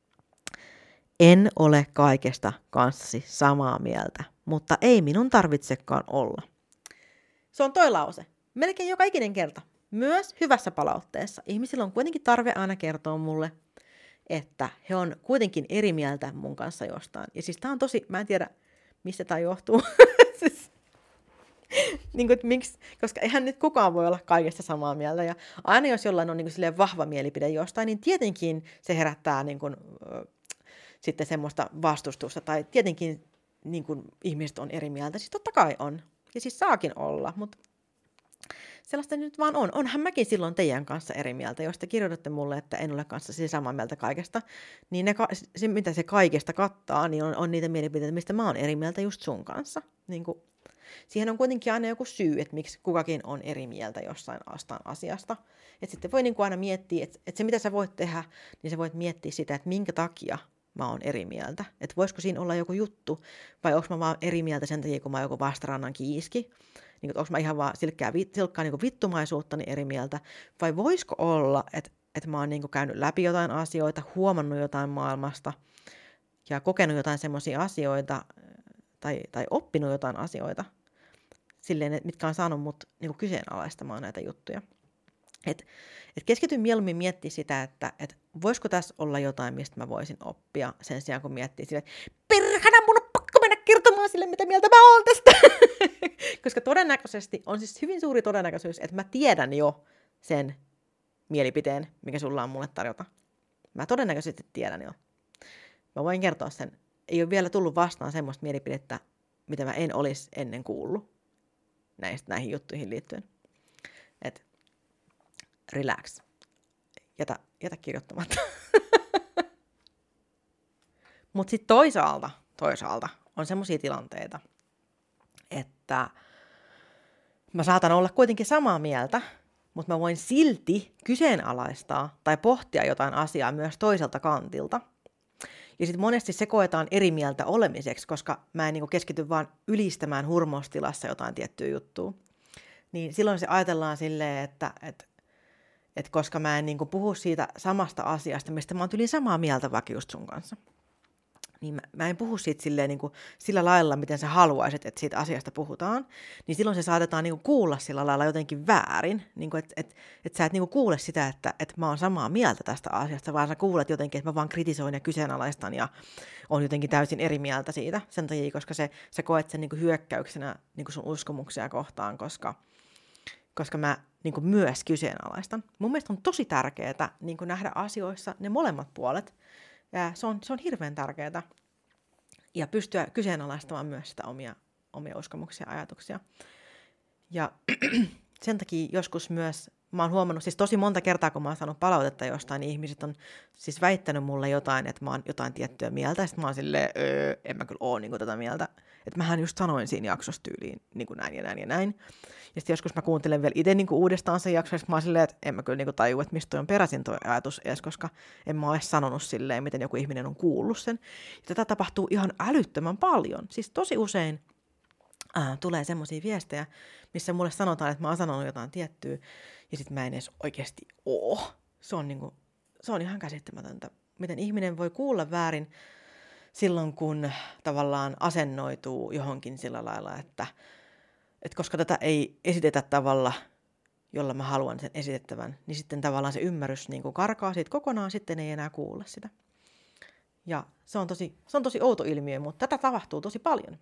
En ole kaikesta kanssasi samaa mieltä, mutta ei minun tarvitsekaan olla. Se on toi lause. Melkein joka ikinen kerta. Myös hyvässä palautteessa. Ihmisillä on kuitenkin tarve aina kertoa mulle, että he on kuitenkin eri mieltä mun kanssa jostain. Ja siis tää on tosi, mä en tiedä, mistä tää johtuu. siis, niin kuin, että miksi, koska eihän nyt kukaan voi olla kaikesta samaa mieltä. Ja aina jos jollain on niin kuin silleen vahva mielipide jostain, niin tietenkin se herättää niin kuin, sitten semmoista vastustusta, tai tietenkin niin kuin ihmiset on eri mieltä, siis totta kai on, ja siis saakin olla, mutta sellaista nyt vaan on. Onhan mäkin silloin teidän kanssa eri mieltä, jos te kirjoitatte mulle, että en ole kanssa siis samaa mieltä kaikesta, niin ne, se, mitä se kaikesta kattaa, niin on, on niitä mielipiteitä, mistä mä oon eri mieltä just sun kanssa. Niin kuin, siihen on kuitenkin aina joku syy, että miksi kukakin on eri mieltä jossain astaan asiasta. Että sitten voi niin kuin aina miettiä, että, että se mitä sä voit tehdä, niin sä voit miettiä sitä, että minkä takia mä oon eri mieltä. Että voisiko siinä olla joku juttu, vai onko mä vaan eri mieltä sen takia, kun mä oon joku vastarannan kiiski. Niin, onko mä ihan vaan silkkää, silkkaa niin vittumaisuuttani eri mieltä, vai voisiko olla, että, että mä oon niin kuin käynyt läpi jotain asioita, huomannut jotain maailmasta ja kokenut jotain semmoisia asioita tai, tai oppinut jotain asioita, silleen, mitkä on saanut mut niin kuin kyseenalaistamaan näitä juttuja. Et, et keskityn mieluummin miettimään sitä, että et voisiko tässä olla jotain, mistä mä voisin oppia, sen sijaan kun miettii sille, että perhana, mun on pakko mennä kertomaan sille, mitä mieltä mä oon tästä. Koska todennäköisesti on siis hyvin suuri todennäköisyys, että mä tiedän jo sen mielipiteen, mikä sulla on mulle tarjota. Mä todennäköisesti tiedän jo. Mä voin kertoa sen. Ei ole vielä tullut vastaan semmoista mielipidettä, mitä mä en olisi ennen kuullut näistä, näihin juttuihin liittyen. Et relax. Jätä, jätä kirjoittamatta. Mutta sitten toisaalta, toisaalta on semmoisia tilanteita, että mä saatan olla kuitenkin samaa mieltä, mutta mä voin silti kyseenalaistaa tai pohtia jotain asiaa myös toiselta kantilta. Ja sitten monesti se koetaan eri mieltä olemiseksi, koska mä en niinku keskity vaan ylistämään hurmostilassa jotain tiettyä juttua. Niin silloin se ajatellaan silleen, että et, et koska mä en niinku puhu siitä samasta asiasta, mistä mä oon yli samaa mieltä vaikka just sun kanssa. niin mä, mä en puhu siitä silleen, niin kuin, sillä lailla, miten sä haluaisit, että siitä asiasta puhutaan, niin silloin se saatetaan niin kuin, kuulla sillä lailla jotenkin väärin, niin että et, et sä et niin kuin, kuule sitä, että et mä oon samaa mieltä tästä asiasta, vaan sä kuulet jotenkin, että mä vaan kritisoin ja kyseenalaistan ja on jotenkin täysin eri mieltä siitä, sen takia, koska se, sä koet sen niin kuin, hyökkäyksenä niin kuin sun uskomuksia kohtaan, koska, koska mä niin kuin, myös kyseenalaistan. Mun mielestä on tosi tärkeää niin kuin, nähdä asioissa ne molemmat puolet. Ja se on, se on hirveän tärkeää. Ja pystyä kyseenalaistamaan myös sitä omia, omia uskomuksia ja ajatuksia. Ja sen takia joskus myös, mä oon huomannut, siis tosi monta kertaa, kun mä oon saanut palautetta jostain, niin ihmiset on siis väittänyt mulle jotain, että mä oon jotain tiettyä mieltä, ja sitten mä oon silleen, öö, en mä kyllä oo niin tätä mieltä. Että mähän just sanoin siinä jaksossa tyyliin niin kuin näin ja näin ja näin. Ja sitten joskus mä kuuntelen vielä itse niin kuin uudestaan sen jakson, ja mä oon silleen, että en mä kyllä niin kuin tajua, että mistä toi on peräisin toi ajatus edes, koska en mä ole sanonut silleen, miten joku ihminen on kuullut sen. Ja tätä tapahtuu ihan älyttömän paljon. Siis tosi usein äh, tulee semmoisia viestejä, missä mulle sanotaan, että mä oon sanonut jotain tiettyä, ja sitten mä en edes oikeasti oo. Se on, niin kuin, se on ihan käsittämätöntä, miten ihminen voi kuulla väärin silloin, kun tavallaan asennoituu johonkin sillä lailla, että, että koska tätä ei esitetä tavalla, jolla mä haluan sen esitettävän, niin sitten tavallaan se ymmärrys niin kuin karkaa siitä kokonaan, sitten ei enää kuulla sitä. Ja se on tosi, se on tosi outo ilmiö, mutta tätä tapahtuu tosi paljon.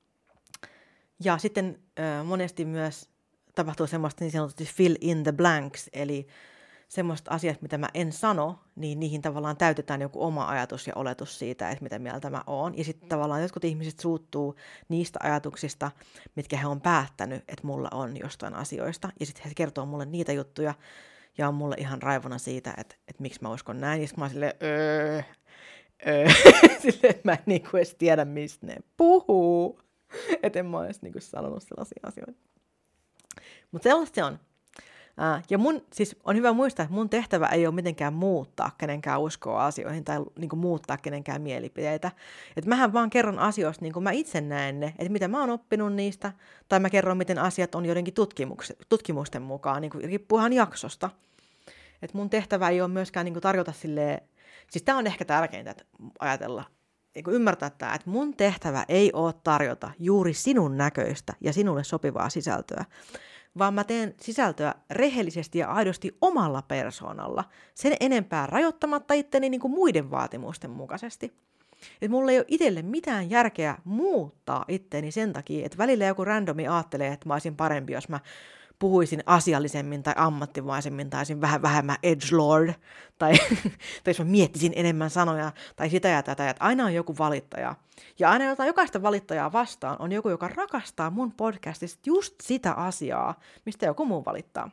Ja sitten äh, monesti myös tapahtuu semmoista niin sanotusti fill in the blanks, eli semmoiset asiat, mitä mä en sano, niin niihin tavallaan täytetään joku oma ajatus ja oletus siitä, että mitä mieltä mä oon. Ja sitten tavallaan jotkut ihmiset suuttuu niistä ajatuksista, mitkä he on päättänyt, että mulla on jostain asioista. Ja sitten he kertoo mulle niitä juttuja ja on mulle ihan raivona siitä, että, että miksi mä uskon näin. Ja sitten mä oon silleen, öö, öö. silleen, että mä en niinku edes tiedä, mistä ne puhuu. Että en mä ole edes niinku sanonut sellaisia asioita. Mutta sellaista se on. Uh, ja mun, siis on hyvä muistaa, että mun tehtävä ei ole mitenkään muuttaa kenenkään uskoa asioihin tai niin kuin, muuttaa kenenkään mielipiteitä. Että mähän vaan kerron asioista niin kuin mä itse näen ne, että mitä mä oon oppinut niistä, tai mä kerron, miten asiat on joidenkin tutkimusten mukaan, niin kuin, riippuu ihan jaksosta. Että mun tehtävä ei ole myöskään niin kuin, tarjota silleen, siis tää on ehkä tärkeintä että ajatella, niin kuin ymmärtää tämä, että mun tehtävä ei ole tarjota juuri sinun näköistä ja sinulle sopivaa sisältöä, vaan mä teen sisältöä rehellisesti ja aidosti omalla persoonalla, sen enempää rajoittamatta itteni niin kuin muiden vaatimusten mukaisesti. Et mulla ei ole itselle mitään järkeä muuttaa itteni sen takia, että välillä joku randomi ajattelee, että mä olisin parempi, jos mä puhuisin asiallisemmin tai ammattivaisemmin, tai olisin vähän vähemmän edgelord, tai, tai jos mä miettisin enemmän sanoja, tai sitä ja tätä, että aina on joku valittaja. Ja aina jotain, jokaista valittajaa vastaan on joku, joka rakastaa mun podcastista just sitä asiaa, mistä joku muu valittaa.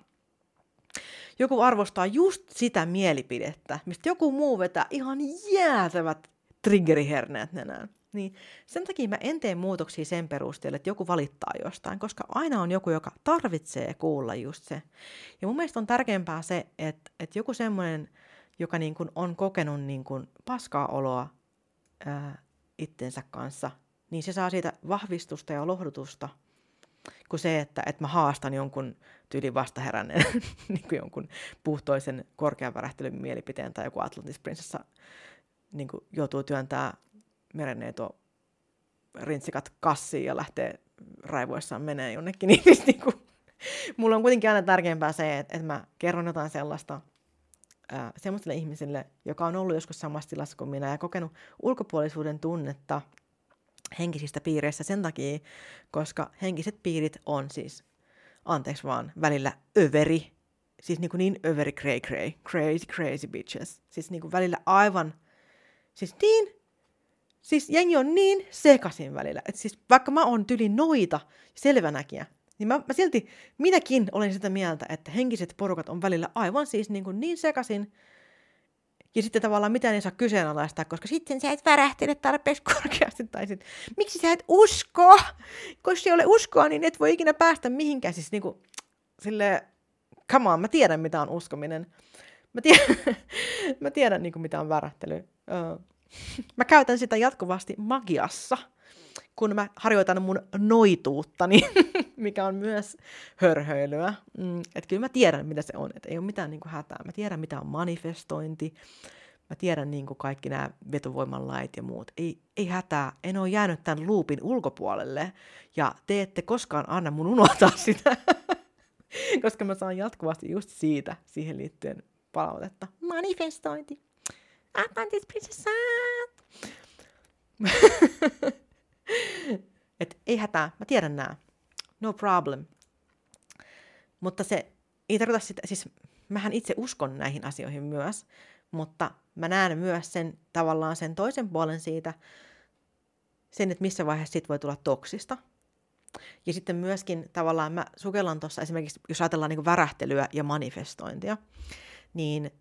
Joku arvostaa just sitä mielipidettä, mistä joku muu vetää ihan jäätävät triggeriherneet nenään. Niin sen takia mä en tee muutoksia sen perusteella, että joku valittaa jostain, koska aina on joku, joka tarvitsee kuulla just se. Ja mun mielestä on tärkeämpää se, että, että joku semmoinen, joka niin kuin on kokenut niin kuin paskaa oloa ää, itsensä kanssa, niin se saa siitä vahvistusta ja lohdutusta, kuin se, että, että mä haastan jonkun tyylin vastaheränneen, niin kuin jonkun puhtoisen korkean värähtelyn mielipiteen tai joku Atlantis-prinsessa niin kuin joutuu työntää merenneito rintsikat kassiin ja lähtee raivoissaan menee jonnekin. Niin, niin kuin, mulla on kuitenkin aina tärkeämpää se, että, että mä kerron jotain sellaista ää, semmoiselle ihmiselle, joka on ollut joskus samassa tilassa kuin minä ja kokenut ulkopuolisuuden tunnetta henkisistä piireissä sen takia, koska henkiset piirit on siis, anteeksi vaan, välillä överi, siis niin, kuin niin överi cray cray, crazy crazy bitches, siis niin kuin välillä aivan, siis niin, siis jengi on niin sekasin välillä, että siis vaikka mä oon tyli noita selvänäkiä, niin mä, mä silti minäkin olen sitä mieltä, että henkiset porukat on välillä aivan siis niin, kuin niin sekasin, ja sitten tavallaan mitään ei saa kyseenalaistaa, koska sitten sä et värähtele tarpeeksi korkeasti. Tai sit, miksi sä et usko? Koska ei ole uskoa, niin et voi ikinä päästä mihinkään. Siis niin kuin, silleen, come on, mä tiedän mitä on uskominen. Mä tiedän, mä tiedän niin kuin, mitä on värähtely. Uh, mä käytän sitä jatkuvasti magiassa, kun mä harjoitan mun noituuttani, mikä on myös hörhöilyä. Mm, että kyllä mä tiedän, mitä se on. Että ei ole mitään niin kuin hätää. Mä tiedän, mitä on manifestointi. Mä tiedän niin kuin kaikki nämä vetovoiman lait ja muut. Ei, ei hätää, en ole jäänyt tämän loopin ulkopuolelle ja te ette koskaan anna mun unohtaa sitä, koska mä saan jatkuvasti just siitä siihen liittyen palautetta. Manifestointi. Atlantis prinsessat. Et ei hätää, mä tiedän nää. No problem. Mutta se ei tarkoita sitä, siis mähän itse uskon näihin asioihin myös, mutta mä näen myös sen tavallaan sen toisen puolen siitä, sen, että missä vaiheessa siitä voi tulla toksista. Ja sitten myöskin tavallaan mä sukellan tuossa esimerkiksi, jos ajatellaan niin kuin värähtelyä ja manifestointia, niin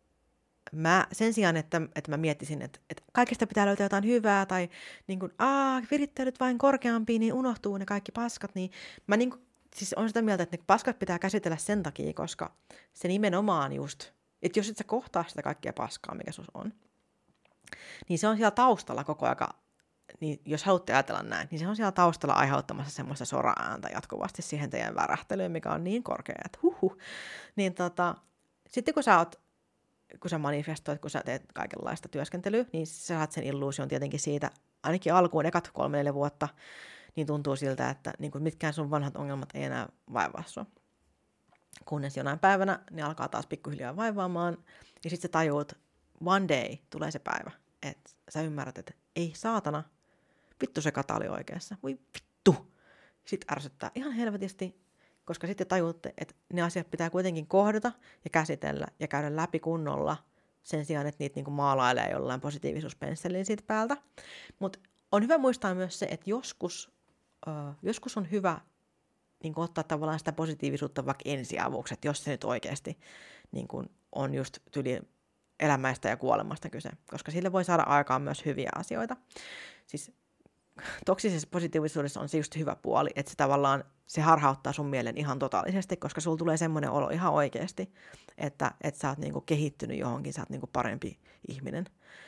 mä sen sijaan, että, että mä miettisin, että, että kaikesta pitää löytää jotain hyvää, tai niin kuin, aah, virittelyt vain korkeampiin, niin unohtuu ne kaikki paskat, niin mä niin kuin, siis on sitä mieltä, että ne paskat pitää käsitellä sen takia, koska se nimenomaan just, että jos et sä kohtaa sitä kaikkia paskaa, mikä sus on, niin se on siellä taustalla koko aika, niin jos haluatte ajatella näin, niin se on siellä taustalla aiheuttamassa semmoista sora-ääntä jatkuvasti siihen teidän värähtelyyn, mikä on niin korkea, että huhhuh. Niin tota, sitten kun sä oot, kun sä manifestoit, kun sä teet kaikenlaista työskentelyä, niin sä saat sen illuusion tietenkin siitä, ainakin alkuun ekat kolme neljä vuotta, niin tuntuu siltä, että niin kuin mitkään sun vanhat ongelmat ei enää vaivaa sua. Kunnes jonain päivänä ne alkaa taas pikkuhiljaa vaivaamaan, ja sitten sä tajuut, one day tulee se päivä, että sä ymmärrät, että ei saatana, vittu se Kata oli oikeassa, voi vittu. Sitten ärsyttää ihan helvetisti, koska sitten tajuutte, että ne asiat pitää kuitenkin kohdata ja käsitellä ja käydä läpi kunnolla sen sijaan, että niitä niinku maalailee jollain positiivisuuspensseliin siitä päältä. Mutta on hyvä muistaa myös se, että joskus, äh, joskus on hyvä niin kuin ottaa tavallaan sitä positiivisuutta vaikka ensiavuksi, että jos se nyt oikeasti niin kuin on just tyli elämästä ja kuolemasta kyse, koska sille voi saada aikaan myös hyviä asioita. Siis toksisessa positiivisuudessa on se just hyvä puoli, että se tavallaan se harhauttaa sun mielen ihan totaalisesti, koska sulla tulee semmoinen olo ihan oikeasti, että, että sä oot niinku kehittynyt johonkin, sä oot niinku parempi ihminen.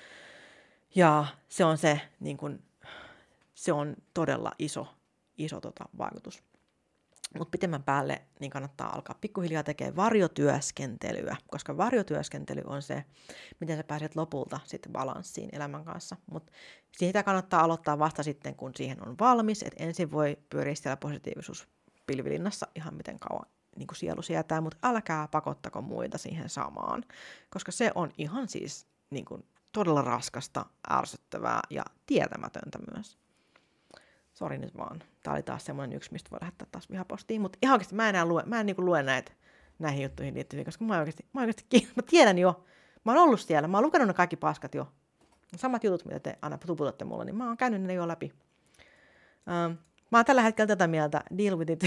Ja se on se, niinku, se on todella iso, iso tota, vaikutus. Mutta pitemmän päälle niin kannattaa alkaa pikkuhiljaa tekemään varjotyöskentelyä, koska varjotyöskentely on se, miten sä pääset lopulta sitten balanssiin elämän kanssa. Mutta sitä kannattaa aloittaa vasta sitten, kun siihen on valmis. Et ensin voi pyöriä siellä positiivisuuspilvilinnassa ihan miten kauan niin kuin sielu sietää, mutta älkää pakottako muita siihen samaan, koska se on ihan siis niin kuin todella raskasta, ärsyttävää ja tietämätöntä myös. Sori nyt vaan. Tää oli taas semmoinen yksi, mistä voi lähettää taas vihapostiin. Mutta ihan oikeasti mä en enää lue, mä en niinku lue näitä näihin juttuihin liittyviä, koska mä oikeasti, mä oikeasti, mä tiedän jo. Mä oon ollut siellä, mä oon lukenut ne kaikki paskat jo. Samat jutut, mitä te aina tuputatte mulle, niin mä oon käynyt ne jo läpi. Ähm, mä oon tällä hetkellä tätä mieltä, deal with it.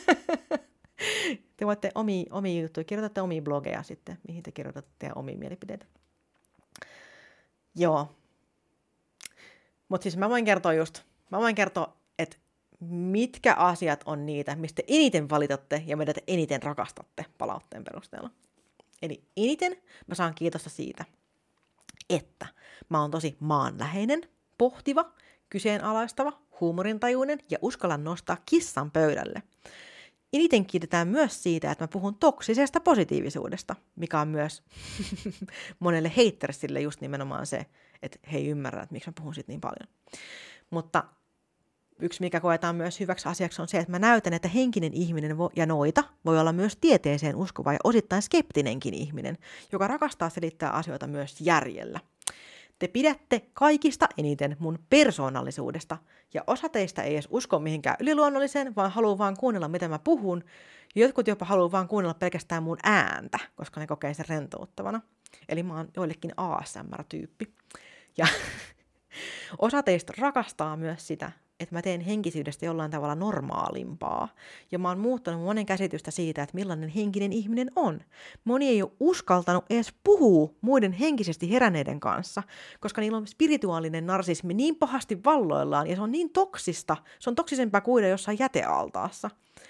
Te voitte omia, omia juttuja, kirjoitatte omia blogeja sitten, mihin te kirjoitatte teidän omia mielipiteitä. Joo. Mutta siis mä voin kertoa just, Mä voin kertoa, että mitkä asiat on niitä, mistä eniten valitatte ja mitä te eniten rakastatte palautteen perusteella. Eli eniten mä saan kiitosta siitä, että mä oon tosi maanläheinen, pohtiva, kyseenalaistava, huumorintajuinen ja uskallan nostaa kissan pöydälle. Eniten kiitetään myös siitä, että mä puhun toksisesta positiivisuudesta, mikä on myös monelle hatersille just nimenomaan se, että he ei ymmärrä, että miksi mä puhun siitä niin paljon. Mutta yksi, mikä koetaan myös hyväksi asiaksi, on se, että mä näytän, että henkinen ihminen ja noita voi olla myös tieteeseen uskova ja osittain skeptinenkin ihminen, joka rakastaa selittää asioita myös järjellä. Te pidätte kaikista eniten mun persoonallisuudesta, ja osa teistä ei edes usko mihinkään yliluonnolliseen, vaan haluaa vaan kuunnella, mitä mä puhun, ja jotkut jopa haluaa vaan kuunnella pelkästään mun ääntä, koska ne kokee sen rentouttavana. Eli mä oon joillekin A S M R-tyyppi. Ja osa teistä rakastaa myös sitä, että mä teen henkisyydestä jollain tavalla normaalimpaa. Ja mä oon muuttanut monen käsitystä siitä, että millainen henkinen ihminen on. Moni ei ole uskaltanut edes puhua muiden henkisesti heränneiden kanssa, koska niillä on spirituaalinen narsismi niin pahasti valloillaan, ja se on niin toksista, se on toksisempaa kuin jossain jätealtaassa.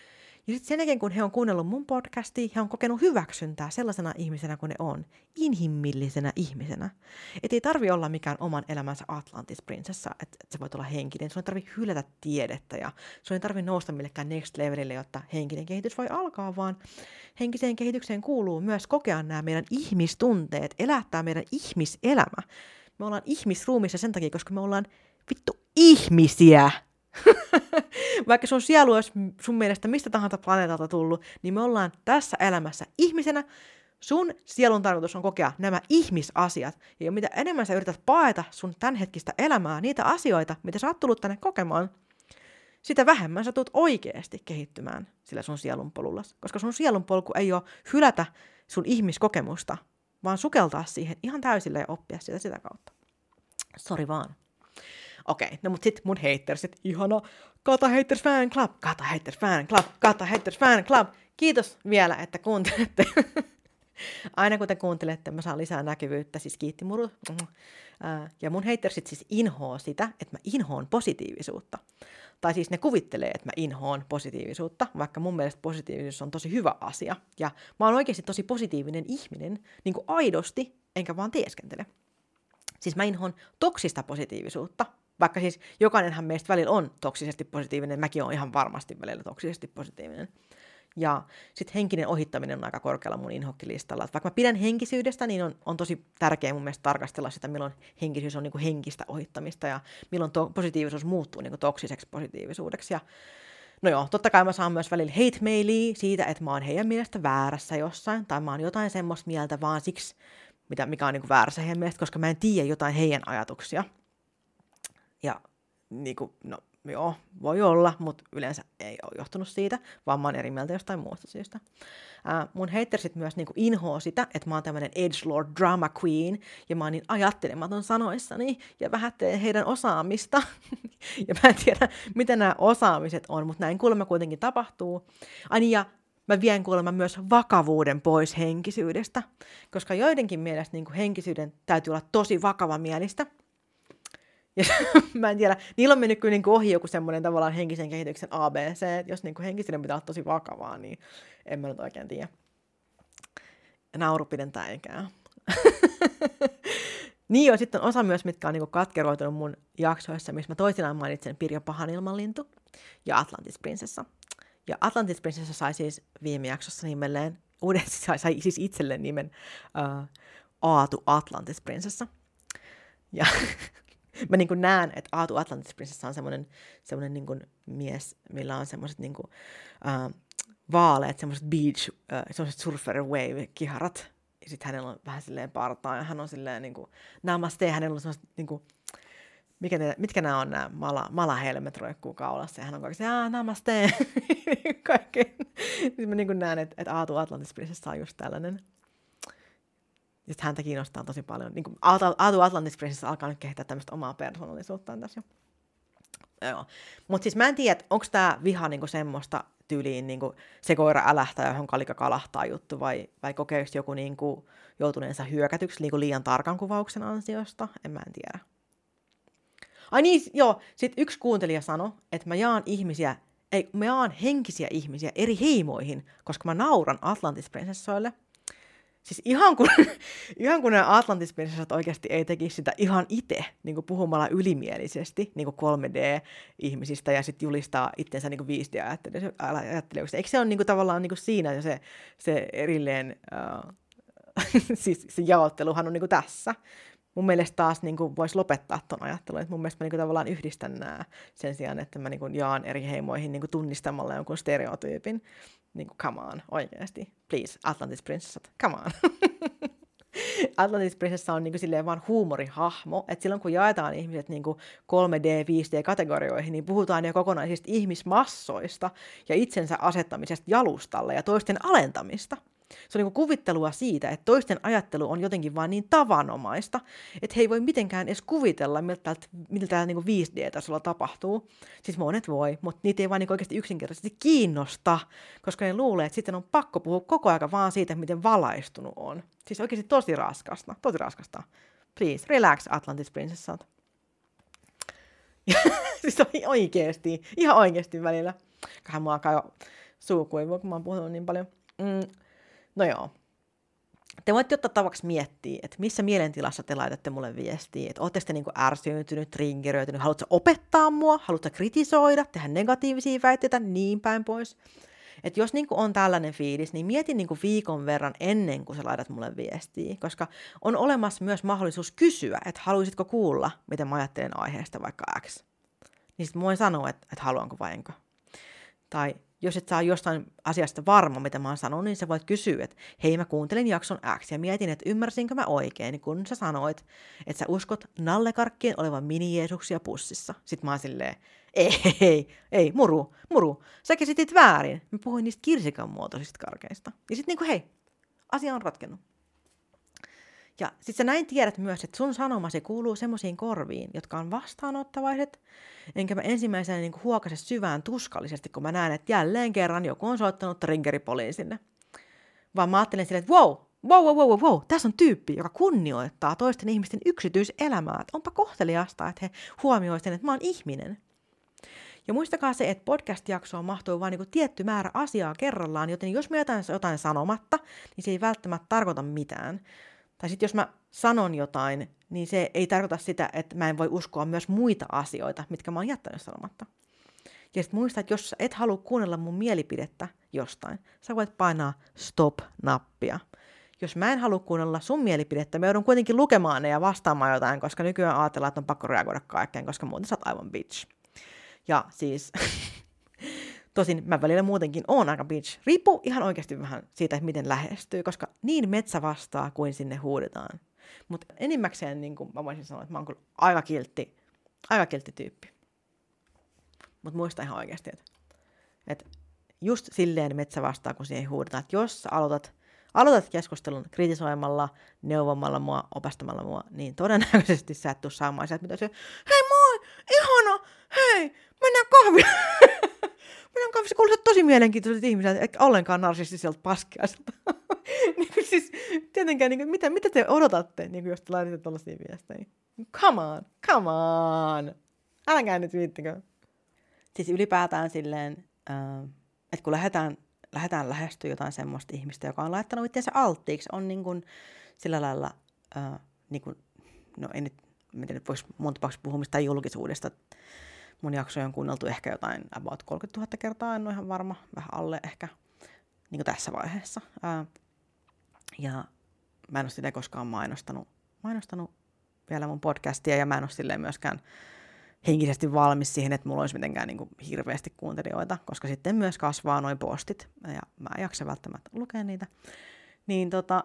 Ja sitten sen jälkeen, kun he on kuunnellut mun podcastia, he on kokenut hyväksyntää sellaisena ihmisenä kuin ne on, inhimillisenä ihmisenä. Että ei tarvi olla mikään oman elämänsä Atlantis-prinsessa, että et sä voit olla henkinen. Sun ei tarvi hylätä tiedettä ja sun ei tarvi nousta millekään next levelille, jotta henkinen kehitys voi alkaa, vaan henkiseen kehitykseen kuuluu myös kokea nämä meidän ihmistunteet, elättää meidän ihmiselämä. Me ollaan ihmisruumissa sen takia, koska me ollaan vittu ihmisiä. Vaikka sun sielu olisi sun mielestä mistä tahansa planeetalta tullut, niin me ollaan tässä elämässä ihmisenä. Sun sielun tarkoitus on kokea nämä ihmisasiat. Ja mitä enemmän sä yrität paeta sun tämänhetkistä elämää, niitä asioita, mitä sä oot tullut tänne kokemaan, sitä vähemmän sä tulet oikeasti kehittymään sillä sun sielun polulla. Koska sun sielun polku ei ole hylätä sun ihmiskokemusta, vaan sukeltaa siihen ihan täysille ja oppia sitä sitä kautta. Sori vaan. Okei, okay, no mut sit mun hatersit, ihana Kata Haters Fan Club, Kata Haters Fan Club, Kata Haters Fan Club. Kiitos vielä, että kuuntelette. Aina kun te kuuntelette, mä saan lisää näkyvyyttä, siis kiitti muru. Ja mun hatersit siis inhoa sitä, että mä inhoon positiivisuutta. Tai siis ne kuvittelee, että mä inhoon positiivisuutta, vaikka mun mielestä positiivisuus on tosi hyvä asia. Ja mä oon oikeasti tosi positiivinen ihminen, niin kuin aidosti, enkä vaan teeskentele. Siis mä inhoon toksista positiivisuutta, vaikka siis jokainenhan meistä välillä on toksisesti positiivinen, mäkin oon ihan varmasti välillä toksisesti positiivinen. Ja sitten henkinen ohittaminen on aika korkealla mun inhokkilistalla. Et vaikka mä pidän henkisyydestä, niin on, on tosi tärkeää mun mielestä tarkastella sitä, milloin henkisyys on niinku henkistä ohittamista ja milloin to- positiivisuus muuttuu niinku toksiseksi positiivisuudeksi. Ja no joo, totta kai mä saan myös välillä hate-mailia siitä, että mä oon heidän mielestä väärässä jossain, tai mä oon jotain semmoista mieltä vaan siksi, mitä, mikä on niinku väärässä heidän mielestä, koska mä en tiedä jotain heidän ajatuksia. Ja niinku, no joo, voi olla, mutta yleensä ei ole johtunut siitä, vaan mä oon eri mieltä jostain muusta syystä. Ää, mun hatersit myös niinku inhoa sitä, että mä oon tämmönen edgelord drama queen, ja mä oon niin ajattelematon sanoissani, ja vähättelen heidän osaamista. Ja mä en tiedä, mitä nämä osaamiset on, mutta näin kuulemma kuitenkin tapahtuu. Ai ja mä vien kuulemma myös vakavuuden pois henkisyydestä, koska joidenkin mielestä niin kuin henkisyyden täytyy olla tosi vakava mielistä. Ja mä en tiedä, niillä on mennyt kyllä niin kuin ohi joku semmoinen tavallaan henkisen kehityksen A B C, että jos niin kuin henkisyyden pitää olla tosi vakavaa, niin en mä nyt oikein tiedä. Nauru pidentää ikää. Niin jo, sitten on osa myös, mitkä on niin kuin katkeroitunut mun jaksoissa, missä mä toisinaan mainitsen Pirjo Pahanilmanlintu ja Atlantis-prinsessa. Ja Atlantis-prinsessa sai siis viime jaksossa nimelleen, uudesti sai, sai siis itselleen nimen uh, Aatu Atlantis-prinsessa. Ja mä niin kuin näen, että Aatu Atlantis-prinsessa on semmoinen, semmoinen niin kuin mies, millä on semmoiset niin kuin, uh, vaaleat, semmoiset beach, uh, semmoiset surfer wave-kiharat. Ja sitten hänellä on vähän silleen partaa, ja hän on silleen niin kuin, namaste, hänellä on semmoiset niin kuin, Mikä ne, mitkä nämä on nämä mala, malahelmet roikkuu kaulassa, ja hän on kaikki se, aah, namaste, kaikkeen. Siis mä niin kuin näen, että, että Aatu Atlantis-prinsessa on just tällainen. Ja sitten häntä kiinnostaa tosi paljon. Niin kuin Aatu Atlantis-prinsessa alkaa nyt kehittää tämmöistä omaa persoonallisuuttaan tässä jo. Joo. Mutta siis mä en tiedä, onko tämä viha niinku semmoista tyyliin niinku se koira älähtää, johon kalika kalahtaa juttu, vai, vai kokeeko joku niinku joutuneensa hyökätyksi niinku liian tarkan kuvauksen ansiosta? En mä en tiedä. Ai niin, joo. Sitten yksi kuuntelija sanoi, että mä jaan ihmisiä, ei, mä jaan henkisiä ihmisiä eri heimoihin, koska mä nauran Atlantis-prinsessoille. Siis ihan kun, ihan kun nämä Atlantis-prinsessat oikeasti ei tekisi sitä ihan itse, niin kuin puhumalla ylimielisesti, niin kuin kolme D-ihmisistä, ja sitten julistaa itsensä niin kuin viisi D-ajattelijoiksi. Eikö se ole niin kuin tavallaan niin kuin siinä jo se, se erilleen, uh, siis se jaotteluhan on niin kuin tässä. Mun mielestä taas niin kuin voisi lopettaa ton ajattelun, että mun mielestä mä niin kuin tavallaan yhdistän nämä sen sijaan, että mä niin kuin jaan eri heimoihin niin kuin tunnistamalla jonkun stereotyypin. Niin kuin, come on, oikeasti. Please, Atlantis-prinsessat, come on. Atlantis-prinsessa on niin kuin silleen vaan huumorihahmo, että silloin kun jaetaan ihmiset niin kuin kolme D, viisi D-kategorioihin, niin puhutaan jo kokonaisista ihmismassoista ja itsensä asettamisesta jalustalle ja toisten alentamista. Se on niin kuin kuvittelua siitä, että toisten ajattelu on jotenkin vaan niin tavanomaista, että he ei voi mitenkään edes kuvitella, miltä tämä niin kuin viisi D-tasolla tapahtuu. Siis monet voi, mutta niitä ei vaan niin oikeasti yksinkertaisesti kiinnosta, koska ne luulee, että sitten on pakko puhua koko ajan vaan siitä, miten valaistunut on. Siis oikeasti tosi raskasta, tosi raskasta. Please, relax, Atlantis-prinsessat. Siis oikeasti, ihan oikeasti välillä. Kahan mua alkaa jo suukuivua, kun mä oon puhunut niin paljon. Mm, no joo. Te voitte ottaa tavaksi miettiä, että missä mielentilassa te laitatte mulle viestiä. Että ootteko te niinku ärsyyntynyt, triggeröitynyt, haluatko opettaa mua, haluatko kritisoida, tehdä negatiivisia väitteitä, niin päin pois. Että jos niinku on tällainen fiilis, niin mieti niinku viikon verran ennen kuin sä laitat mulle viestiä, koska on olemassa myös mahdollisuus kysyä, että haluaisitko kuulla, miten mä ajattelen aiheesta vaikka X. Niin sit mä voin sanoa, että, että haluanko vai enkö. Tai jos et saa jostain asiasta varma, mitä mä oon sanonut, niin sä voit kysyä, että hei, mä kuuntelin jakson X ja mietin, että ymmärsinkö mä oikein, niin kun sä sanoit, että sä uskot nallekarkkien olevan mini-Jeesuksia pussissa. Sitten mä oon silleen, ei, ei, ei, muru, muru, sä käsitit väärin. Mä puhuin niistä kirsikan muotoisista karkeista. Ja sit niinku hei, asia on ratkennut. Ja sit sä näin tiedät myös, että sun sanomasi kuuluu semmoisiin korviin, jotka on vastaanottavaiset, enkä mä ensimmäisenä niin huokase syvään tuskallisesti, kun mä näen, että jälleen kerran joku on soittanut triggeripoliisille. Vaan mä ajattelen silleen, että wow, wow, wow, wow, wow, tässä on tyyppi, joka kunnioittaa toisten ihmisten yksityiselämää. Että onpa kohteliasta, että he huomioivat sen, että mä oon ihminen. Ja muistakaa se, että podcast-jaksoon mahtuu vain niin tietty määrä asiaa kerrallaan, joten jos mä jätän jotain sanomatta, niin se ei välttämättä tarkoita mitään. Tai sitten jos mä sanon jotain, niin se ei tarkoita sitä, että mä en voi uskoa myös muita asioita, mitkä mä oon jättänyt sanomatta. Ja sitten muista, että jos sä et halua kuunnella mun mielipidettä jostain, sä voit painaa stop-nappia. Jos mä en halua kuunnella sun mielipidettä, mä joudun kuitenkin lukemaan ne ja vastaamaan jotain, koska nykyään ajatellaan, että on pakko reagoida kaikkeen, koska muuten sä oot aivan bitch. Ja siis, tosin mä välillä muutenkin oon aika bitch. Riippuu ihan oikeasti vähän siitä, että miten lähestyy, koska niin metsä vastaa kuin sinne huudetaan. Mutta enimmäkseen niin kuin mä voisin sanoa, että mä oon kyllä aika kiltti, aika kiltti tyyppi. Mutta muista ihan oikeasti, että, että just silleen metsä vastaa, kun siihen huudetaan. Että jos sä aloitat, aloitat keskustelun kritisoimalla, neuvomalla mua, opastamalla mua, niin todennäköisesti sä et tuu saamaan sieltä, mitä se, hei moi, ihana, hei, mennään kahville. Mennään kahville, se kuulostaa tosi mielenkiintoiset ihmiset, eikä ollenkaan narsistiselta paskiaiselta. niin kuin siis, tietenkään, niin kuin, mitä, mitä te odotatte, niin kuin jos te laitatte tollaisia viestejä? Come on, come on. Älkää nyt viittikö. Siis ylipäätään silleen, äh, että kun lähdetään, lähdetään lähestyä jotain semmoista ihmistä, joka on laittanut itseensä alttiiksi, on niin kuin sillä lailla, äh, niin kuin, no ei nyt, miten nyt voisi mun tapauksessa puhua mistään julkisuudesta. Mun jaksoja on kuunneltu ehkä jotain about kolmekymmentätuhatta kertaa, en ole ihan varma, vähän alle ehkä, niin kuin tässä vaiheessa. Äh, ja mä en ole silleen koskaan mainostanut, mainostanut vielä mun podcastia, ja mä en ole silleen myöskään henkisesti valmis siihen, että mulla olisi mitenkään niin kuin hirveästi kuuntelijoita, koska sitten myös kasvaa noin postit, ja mä en jaksa välttämättä lukea niitä. Niin tota,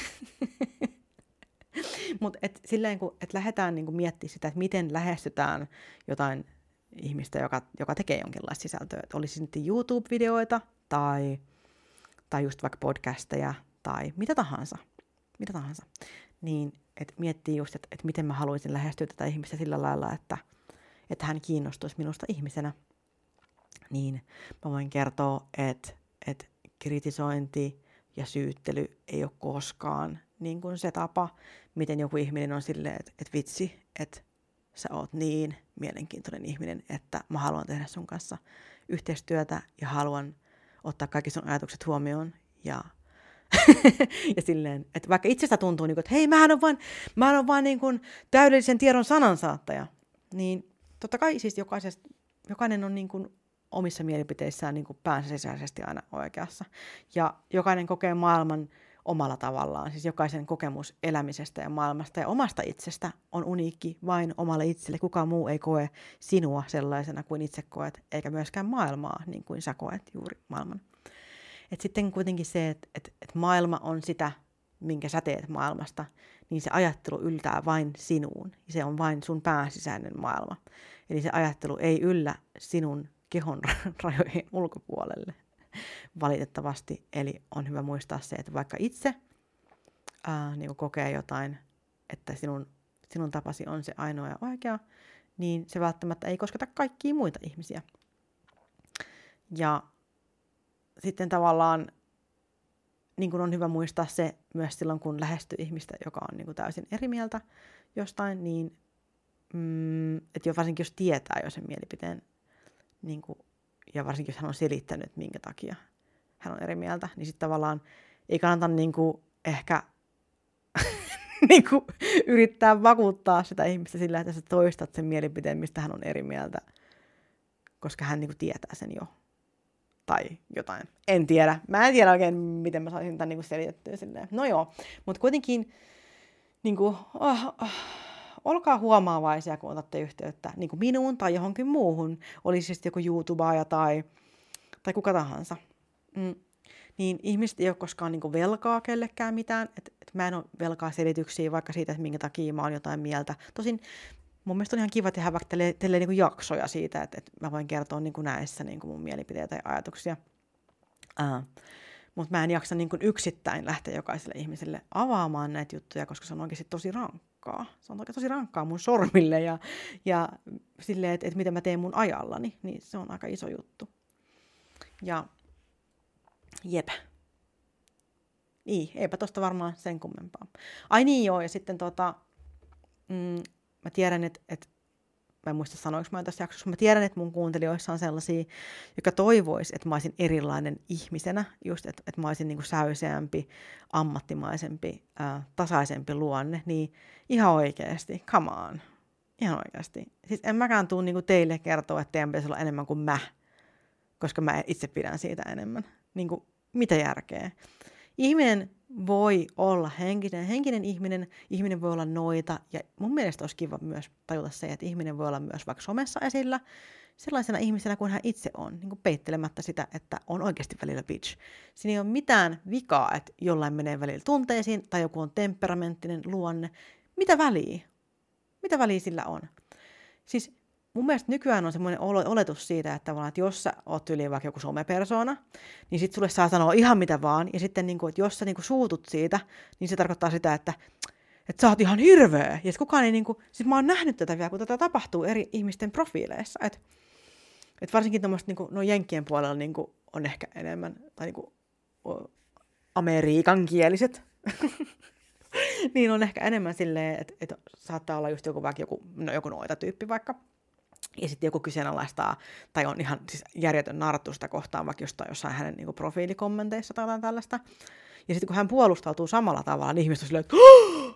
mutta et silleen kun, et lähdetään niin kuin miettimään sitä, että miten lähestytään jotain ihmistä, joka, joka tekee jonkinlaista sisältöä, että olisi sitten YouTube-videoita, tai, tai just vaikka podcasteja, tai mitä tahansa, mitä tahansa, niin että miettii just, että, että miten mä haluaisin lähestyä tätä ihmistä sillä lailla, että että hän kiinnostuisi minusta ihmisenä, niin mä voin kertoa, että, että kritisointi ja syyttely ei ole koskaan niin kuin se tapa, miten joku ihminen on silleen, että, että vitsi, että sä oot niin mielenkiintoinen ihminen, että mä haluan tehdä sun kanssa yhteistyötä ja haluan ottaa kaikki sun ajatukset huomioon ja ja silleen, että vaikka itsestä tuntuu, että hei, mähän on vain, mähän on vain niin kuin täydellisen tiedon sanansaattaja, niin totta kai siis jokainen on niin kuin omissa mielipiteissään niin kuin päänsä sisäisesti aina oikeassa. Ja jokainen kokee maailman omalla tavallaan. Siis jokaisen kokemus elämisestä ja maailmasta ja omasta itsestä on uniikki vain omalle itselle. Kukaan muu ei koe sinua sellaisena kuin itse koet, eikä myöskään maailmaa niin kuin sä koet juuri maailman. Et sitten kuitenkin se, että et, et maailma on sitä, minkä sä teet maailmasta, niin se ajattelu yltää vain sinuun. Se on vain sun pääsisäinen maailma. Eli se ajattelu ei yllä sinun kehon rajojen ulkopuolelle, valitettavasti. Eli on hyvä muistaa se, että vaikka itse ää, niin kokee jotain, että sinun, sinun tapasi on se ainoa ja oikea, niin se välttämättä ei kosketa kaikkia muita ihmisiä. Ja sitten tavallaan niin kuin on hyvä muistaa se myös silloin, kun lähestyy ihmistä, joka on niin kuin täysin eri mieltä jostain, niin mm, että jo varsinkin jos tietää jo sen mielipiteen niin kuin ja varsinkin jos hän on selittänyt, minkä takia hän on eri mieltä, niin sitten tavallaan ei kannata niinku ehkä niinku yrittää vakuuttaa sitä ihmistä sillä, että sä toistat sen mielipiteen, mistä hän on eri mieltä, koska hän niinku tietää sen jo. Tai jotain. En tiedä. Mä en tiedä oikein, miten mä saisin tämän niinku selitettyä silleen. No joo, mutta kuitenkin niinku, oh, oh, olkaa huomaavaisia, kun otatte yhteyttä niinku minuun tai johonkin muuhun. Olisi siis joku YouTubaaja tai, tai kuka tahansa. Mm. Niin ihmiset ei ole koskaan niinku velkaa kellekään mitään. Et, et mä en ole velkaa selityksiä vaikka siitä, että minkä takia mä oon jotain mieltä. Tosin mun mielestä on ihan kiva tehdä vaikka tälleen, tälleen niinku jaksoja siitä, että, että mä voin kertoa niinku näissä niinku mun mielipiteitä ja ajatuksia. Uh, Mutta mä en jaksa niinku yksittäin lähteä jokaiselle ihmiselle avaamaan näitä juttuja, koska se on oikeasti tosi rankkaa. Se on oikein tosi rankkaa mun sormille ja, ja silleen, että, että mitä mä teen mun ajallani, niin se on aika iso juttu. Ja jep. Niin, eipä tosta varmaan sen kummempaa. Ai niin joo, ja sitten tota, mm, mä tiedän, että, että mä en muista sanoinko mä tässä jaksossa, mä tiedän, että mun kuuntelijoissa on sellaisia, jotka toivois, että mä olisin erilainen ihmisenä, just, että, että mä olisin niinku säyseämpi, ammattimaisempi, ää, tasaisempi luonne, niin ihan oikeasti, come on, ihan oikeasti. Siis en mäkään tuu niinku teille kertoa, että teidän pitäisi olla enemmän kuin mä, koska mä itse pidän siitä enemmän. Niinku, mitä järkeä? Ihminen voi olla henkinen, henkinen ihminen, ihminen voi olla noita, ja mun mielestä olisi kiva myös tajuta se, että ihminen voi olla myös vaikka somessa esillä, sellaisena ihmisenä kuin hän itse on, niin kuin peittelemättä sitä, että on oikeasti välillä bitch. Siinä ei ole mitään vikaa, että jollain menee välillä tunteisiin, tai joku on temperamenttinen luonne. Mitä väliä? Mitä väliä sillä on? Siis mun mielestä nykyään on semmoinen oletus siitä, että, että jos sä oot yli vaikka joku somepersona, niin sit sulle saa sanoa ihan mitä vaan, ja sitten niin kuin, että jos sä niin kuin suutut siitä, niin se tarkoittaa sitä, että, että sä oot ihan hirveä. Ja sit kukaan ei, niin kuin, siis mä oon nähnyt tätä vielä, kun tätä tapahtuu eri ihmisten profiileissa, että, että varsinkin tommoista niin kuin, no jenkkien puolella niin kuin, on ehkä enemmän, tai niin kuin, amerikankieliset, niin on ehkä enemmän silleen, että, että saattaa olla just joku vaikka joku, no joku noita tyyppi vaikka, ja sitten joku kyseenalaistaa, tai on ihan siis järjetön narttu sitä kohtaan, vaikka jostain jossain hänen niin kuin profiilikommenteissa tai jotain tällaista. Ja sitten kun hän puolustautuu samalla tavalla, niin ihmiset on silleen, että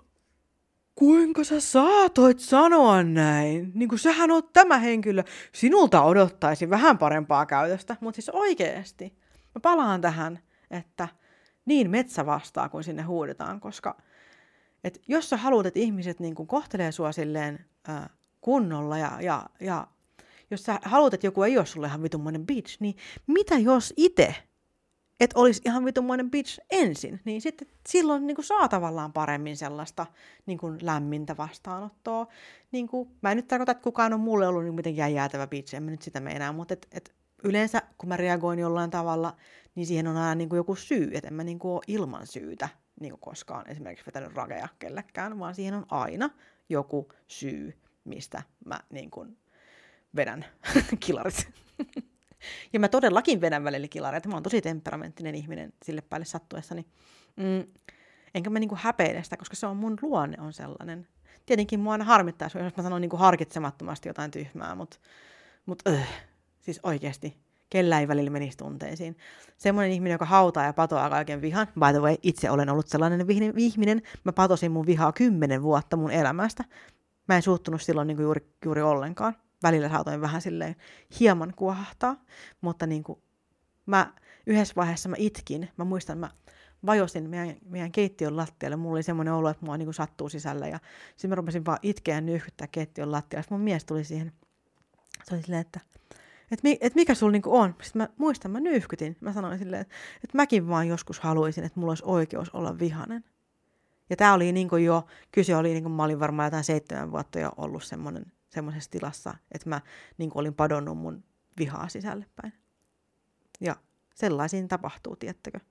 kuinka sä saatoit sanoa näin? Niin kuin sähän oot tämä henkilö. Sinulta odottaisin vähän parempaa käytöstä. Mutta siis oikeasti, mä palaan tähän, että niin metsä vastaa, kun sinne huudetaan, koska et jos sä haluat, että ihmiset niin kuin kohtelee sua silleen, äh, kunnolla ja, ja, ja jos sä haluat, että joku ei ole sulle ihan vitunmoinen bitch, niin mitä jos itse et olisi ihan vitunmoinen bitch ensin, niin sitten silloin niin kuin saa tavallaan paremmin sellaista niin kuin lämmintä vastaanottoa. Niin kuin, mä en nyt tarkoita, että kukaan on mulle ollut niin mitenkään jäätävä bitch, en mä nyt sitä meinaa, mutta et, et yleensä kun mä reagoin jollain tavalla, niin siihen on aina niin kuin joku syy, että en mä niin kuin ole ilman syytä niin kuin koskaan esimerkiksi vetänyt rakeja kellekään, vaan siihen on aina joku syy, mistä mä niin kuin vedän kilarit. Ja mä todellakin vedän välillä kilareita. Mä oon tosi temperamenttinen ihminen sille päälle sattuessani. Mm, enkä mä niin kuin häpeile sitä, koska se on mun luonne on sellainen. Tietenkin mua aina harmittaa, jos mä sanon niin kuin harkitsemattomasti jotain tyhmää, mutta mut, öh, siis oikeasti, kellä ei välillä menisi tunteisiin. Semmoinen ihminen, joka hautaa ja patoaa kaiken vihan. By the way, itse olen ollut sellainen ihminen. Mä patosin mun vihaa kymmenen vuotta mun elämästä. Mä en suuttunut silloin niin kuin juuri, juuri ollenkaan. Välillä saatoin vähän silleen hieman kuohahtaa, mutta niin kuin mä yhdessä vaiheessa mä itkin. Mä muistan, mä vajosin meidän, meidän keittiön lattialle. Mulla oli semmoinen olo, että mua niin kuin sattuu sisällä. Ja sitten mä rupesin vaan itkeä ja nyyhkyttää keittiön lattialle. Sitten mun mies tuli siihen. Se oli silleen, että et, mi, et mikä sulla niin kuin on? Sitten mä muistan, mä nyyhkytin. Mä sanoin silleen, että, että mäkin vaan joskus haluaisin, että mulla olisi oikeus olla vihainen. Ja tää oli niin kuin jo, kyse oli, niin kuin mä olin varmaan jotain seitsemän vuotta jo ollut semmoinen, semmoisessa tilassa, että mä niin kuin olin padonnut mun vihaa sisälle päin. Ja sellaisiin tapahtuu, tiettäkö?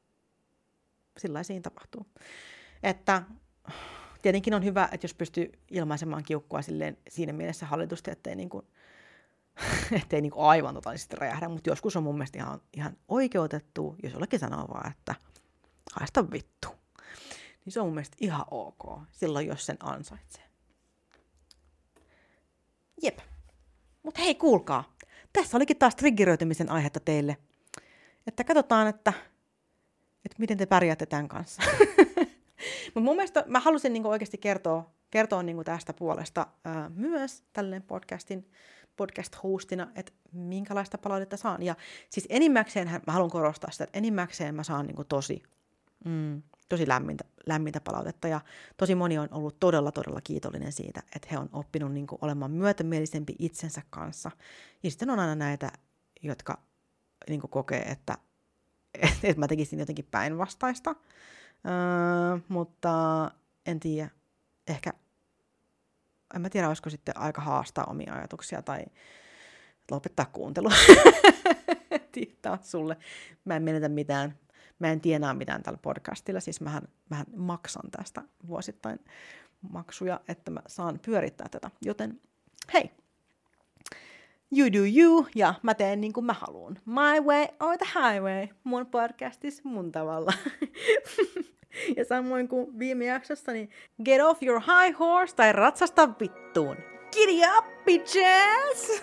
Sellaisiin tapahtuu. Että tietenkin on hyvä, että jos pystyy ilmaisemaan kiukkua silleen siinä mielessä hallitusti, ettei, niin kuin, ettei niin kuin aivan totaalisesti räjähdä, mutta joskus on mun mielestä ihan, ihan oikeutettu, jos jollekin sanoo vaan, että haista vittu. Niin se on mun mielestä ihan ok, silloin jos sen ansaitsee. Jep. Mut hei, kuulkaa. tässä olikin taas triggeröitymisen aihetta teille. Että katsotaan, että, että miten te pärjäätte tämän kanssa. Mutta mun mielestä mä halusin niinku oikeasti kertoa, kertoa niinku tästä puolesta ää, myös tälleen podcastin, podcast-hostina, että minkälaista palautetta saan. Ja siis enimmäkseen mä haluan korostaa sitä, että enimmäkseen mä saan niinku tosi, mm, tosi lämmintä, lämmintä palautetta. Ja tosi moni on ollut todella, todella kiitollinen siitä, että he on oppinut niinku olemaan myötämielisempi itsensä kanssa. Ja sitten on aina näitä, jotka niinku kokee, että, että mä tekisin jotenkin päinvastaista. Uh, mutta en tiedä, ehkä, en mä tiedä, olisiko sitten aika haastaa omia ajatuksia tai lopettaa kuuntelu. Tietää sulle. Mä en menetä mitään, mä en tienaa mitään tällä podcastilla, siis mähän, mähän maksan tästä vuosittain maksuja, että mä saan pyörittää tätä, joten hei! You do you, ja mä teen niin kuin mä haluun. My way or the highway. Mun podcastis mun tavalla. Ja samoin kuin viime jaksossa, niin get off your high horse tai ratsasta vittuun. Giddy up, bitches!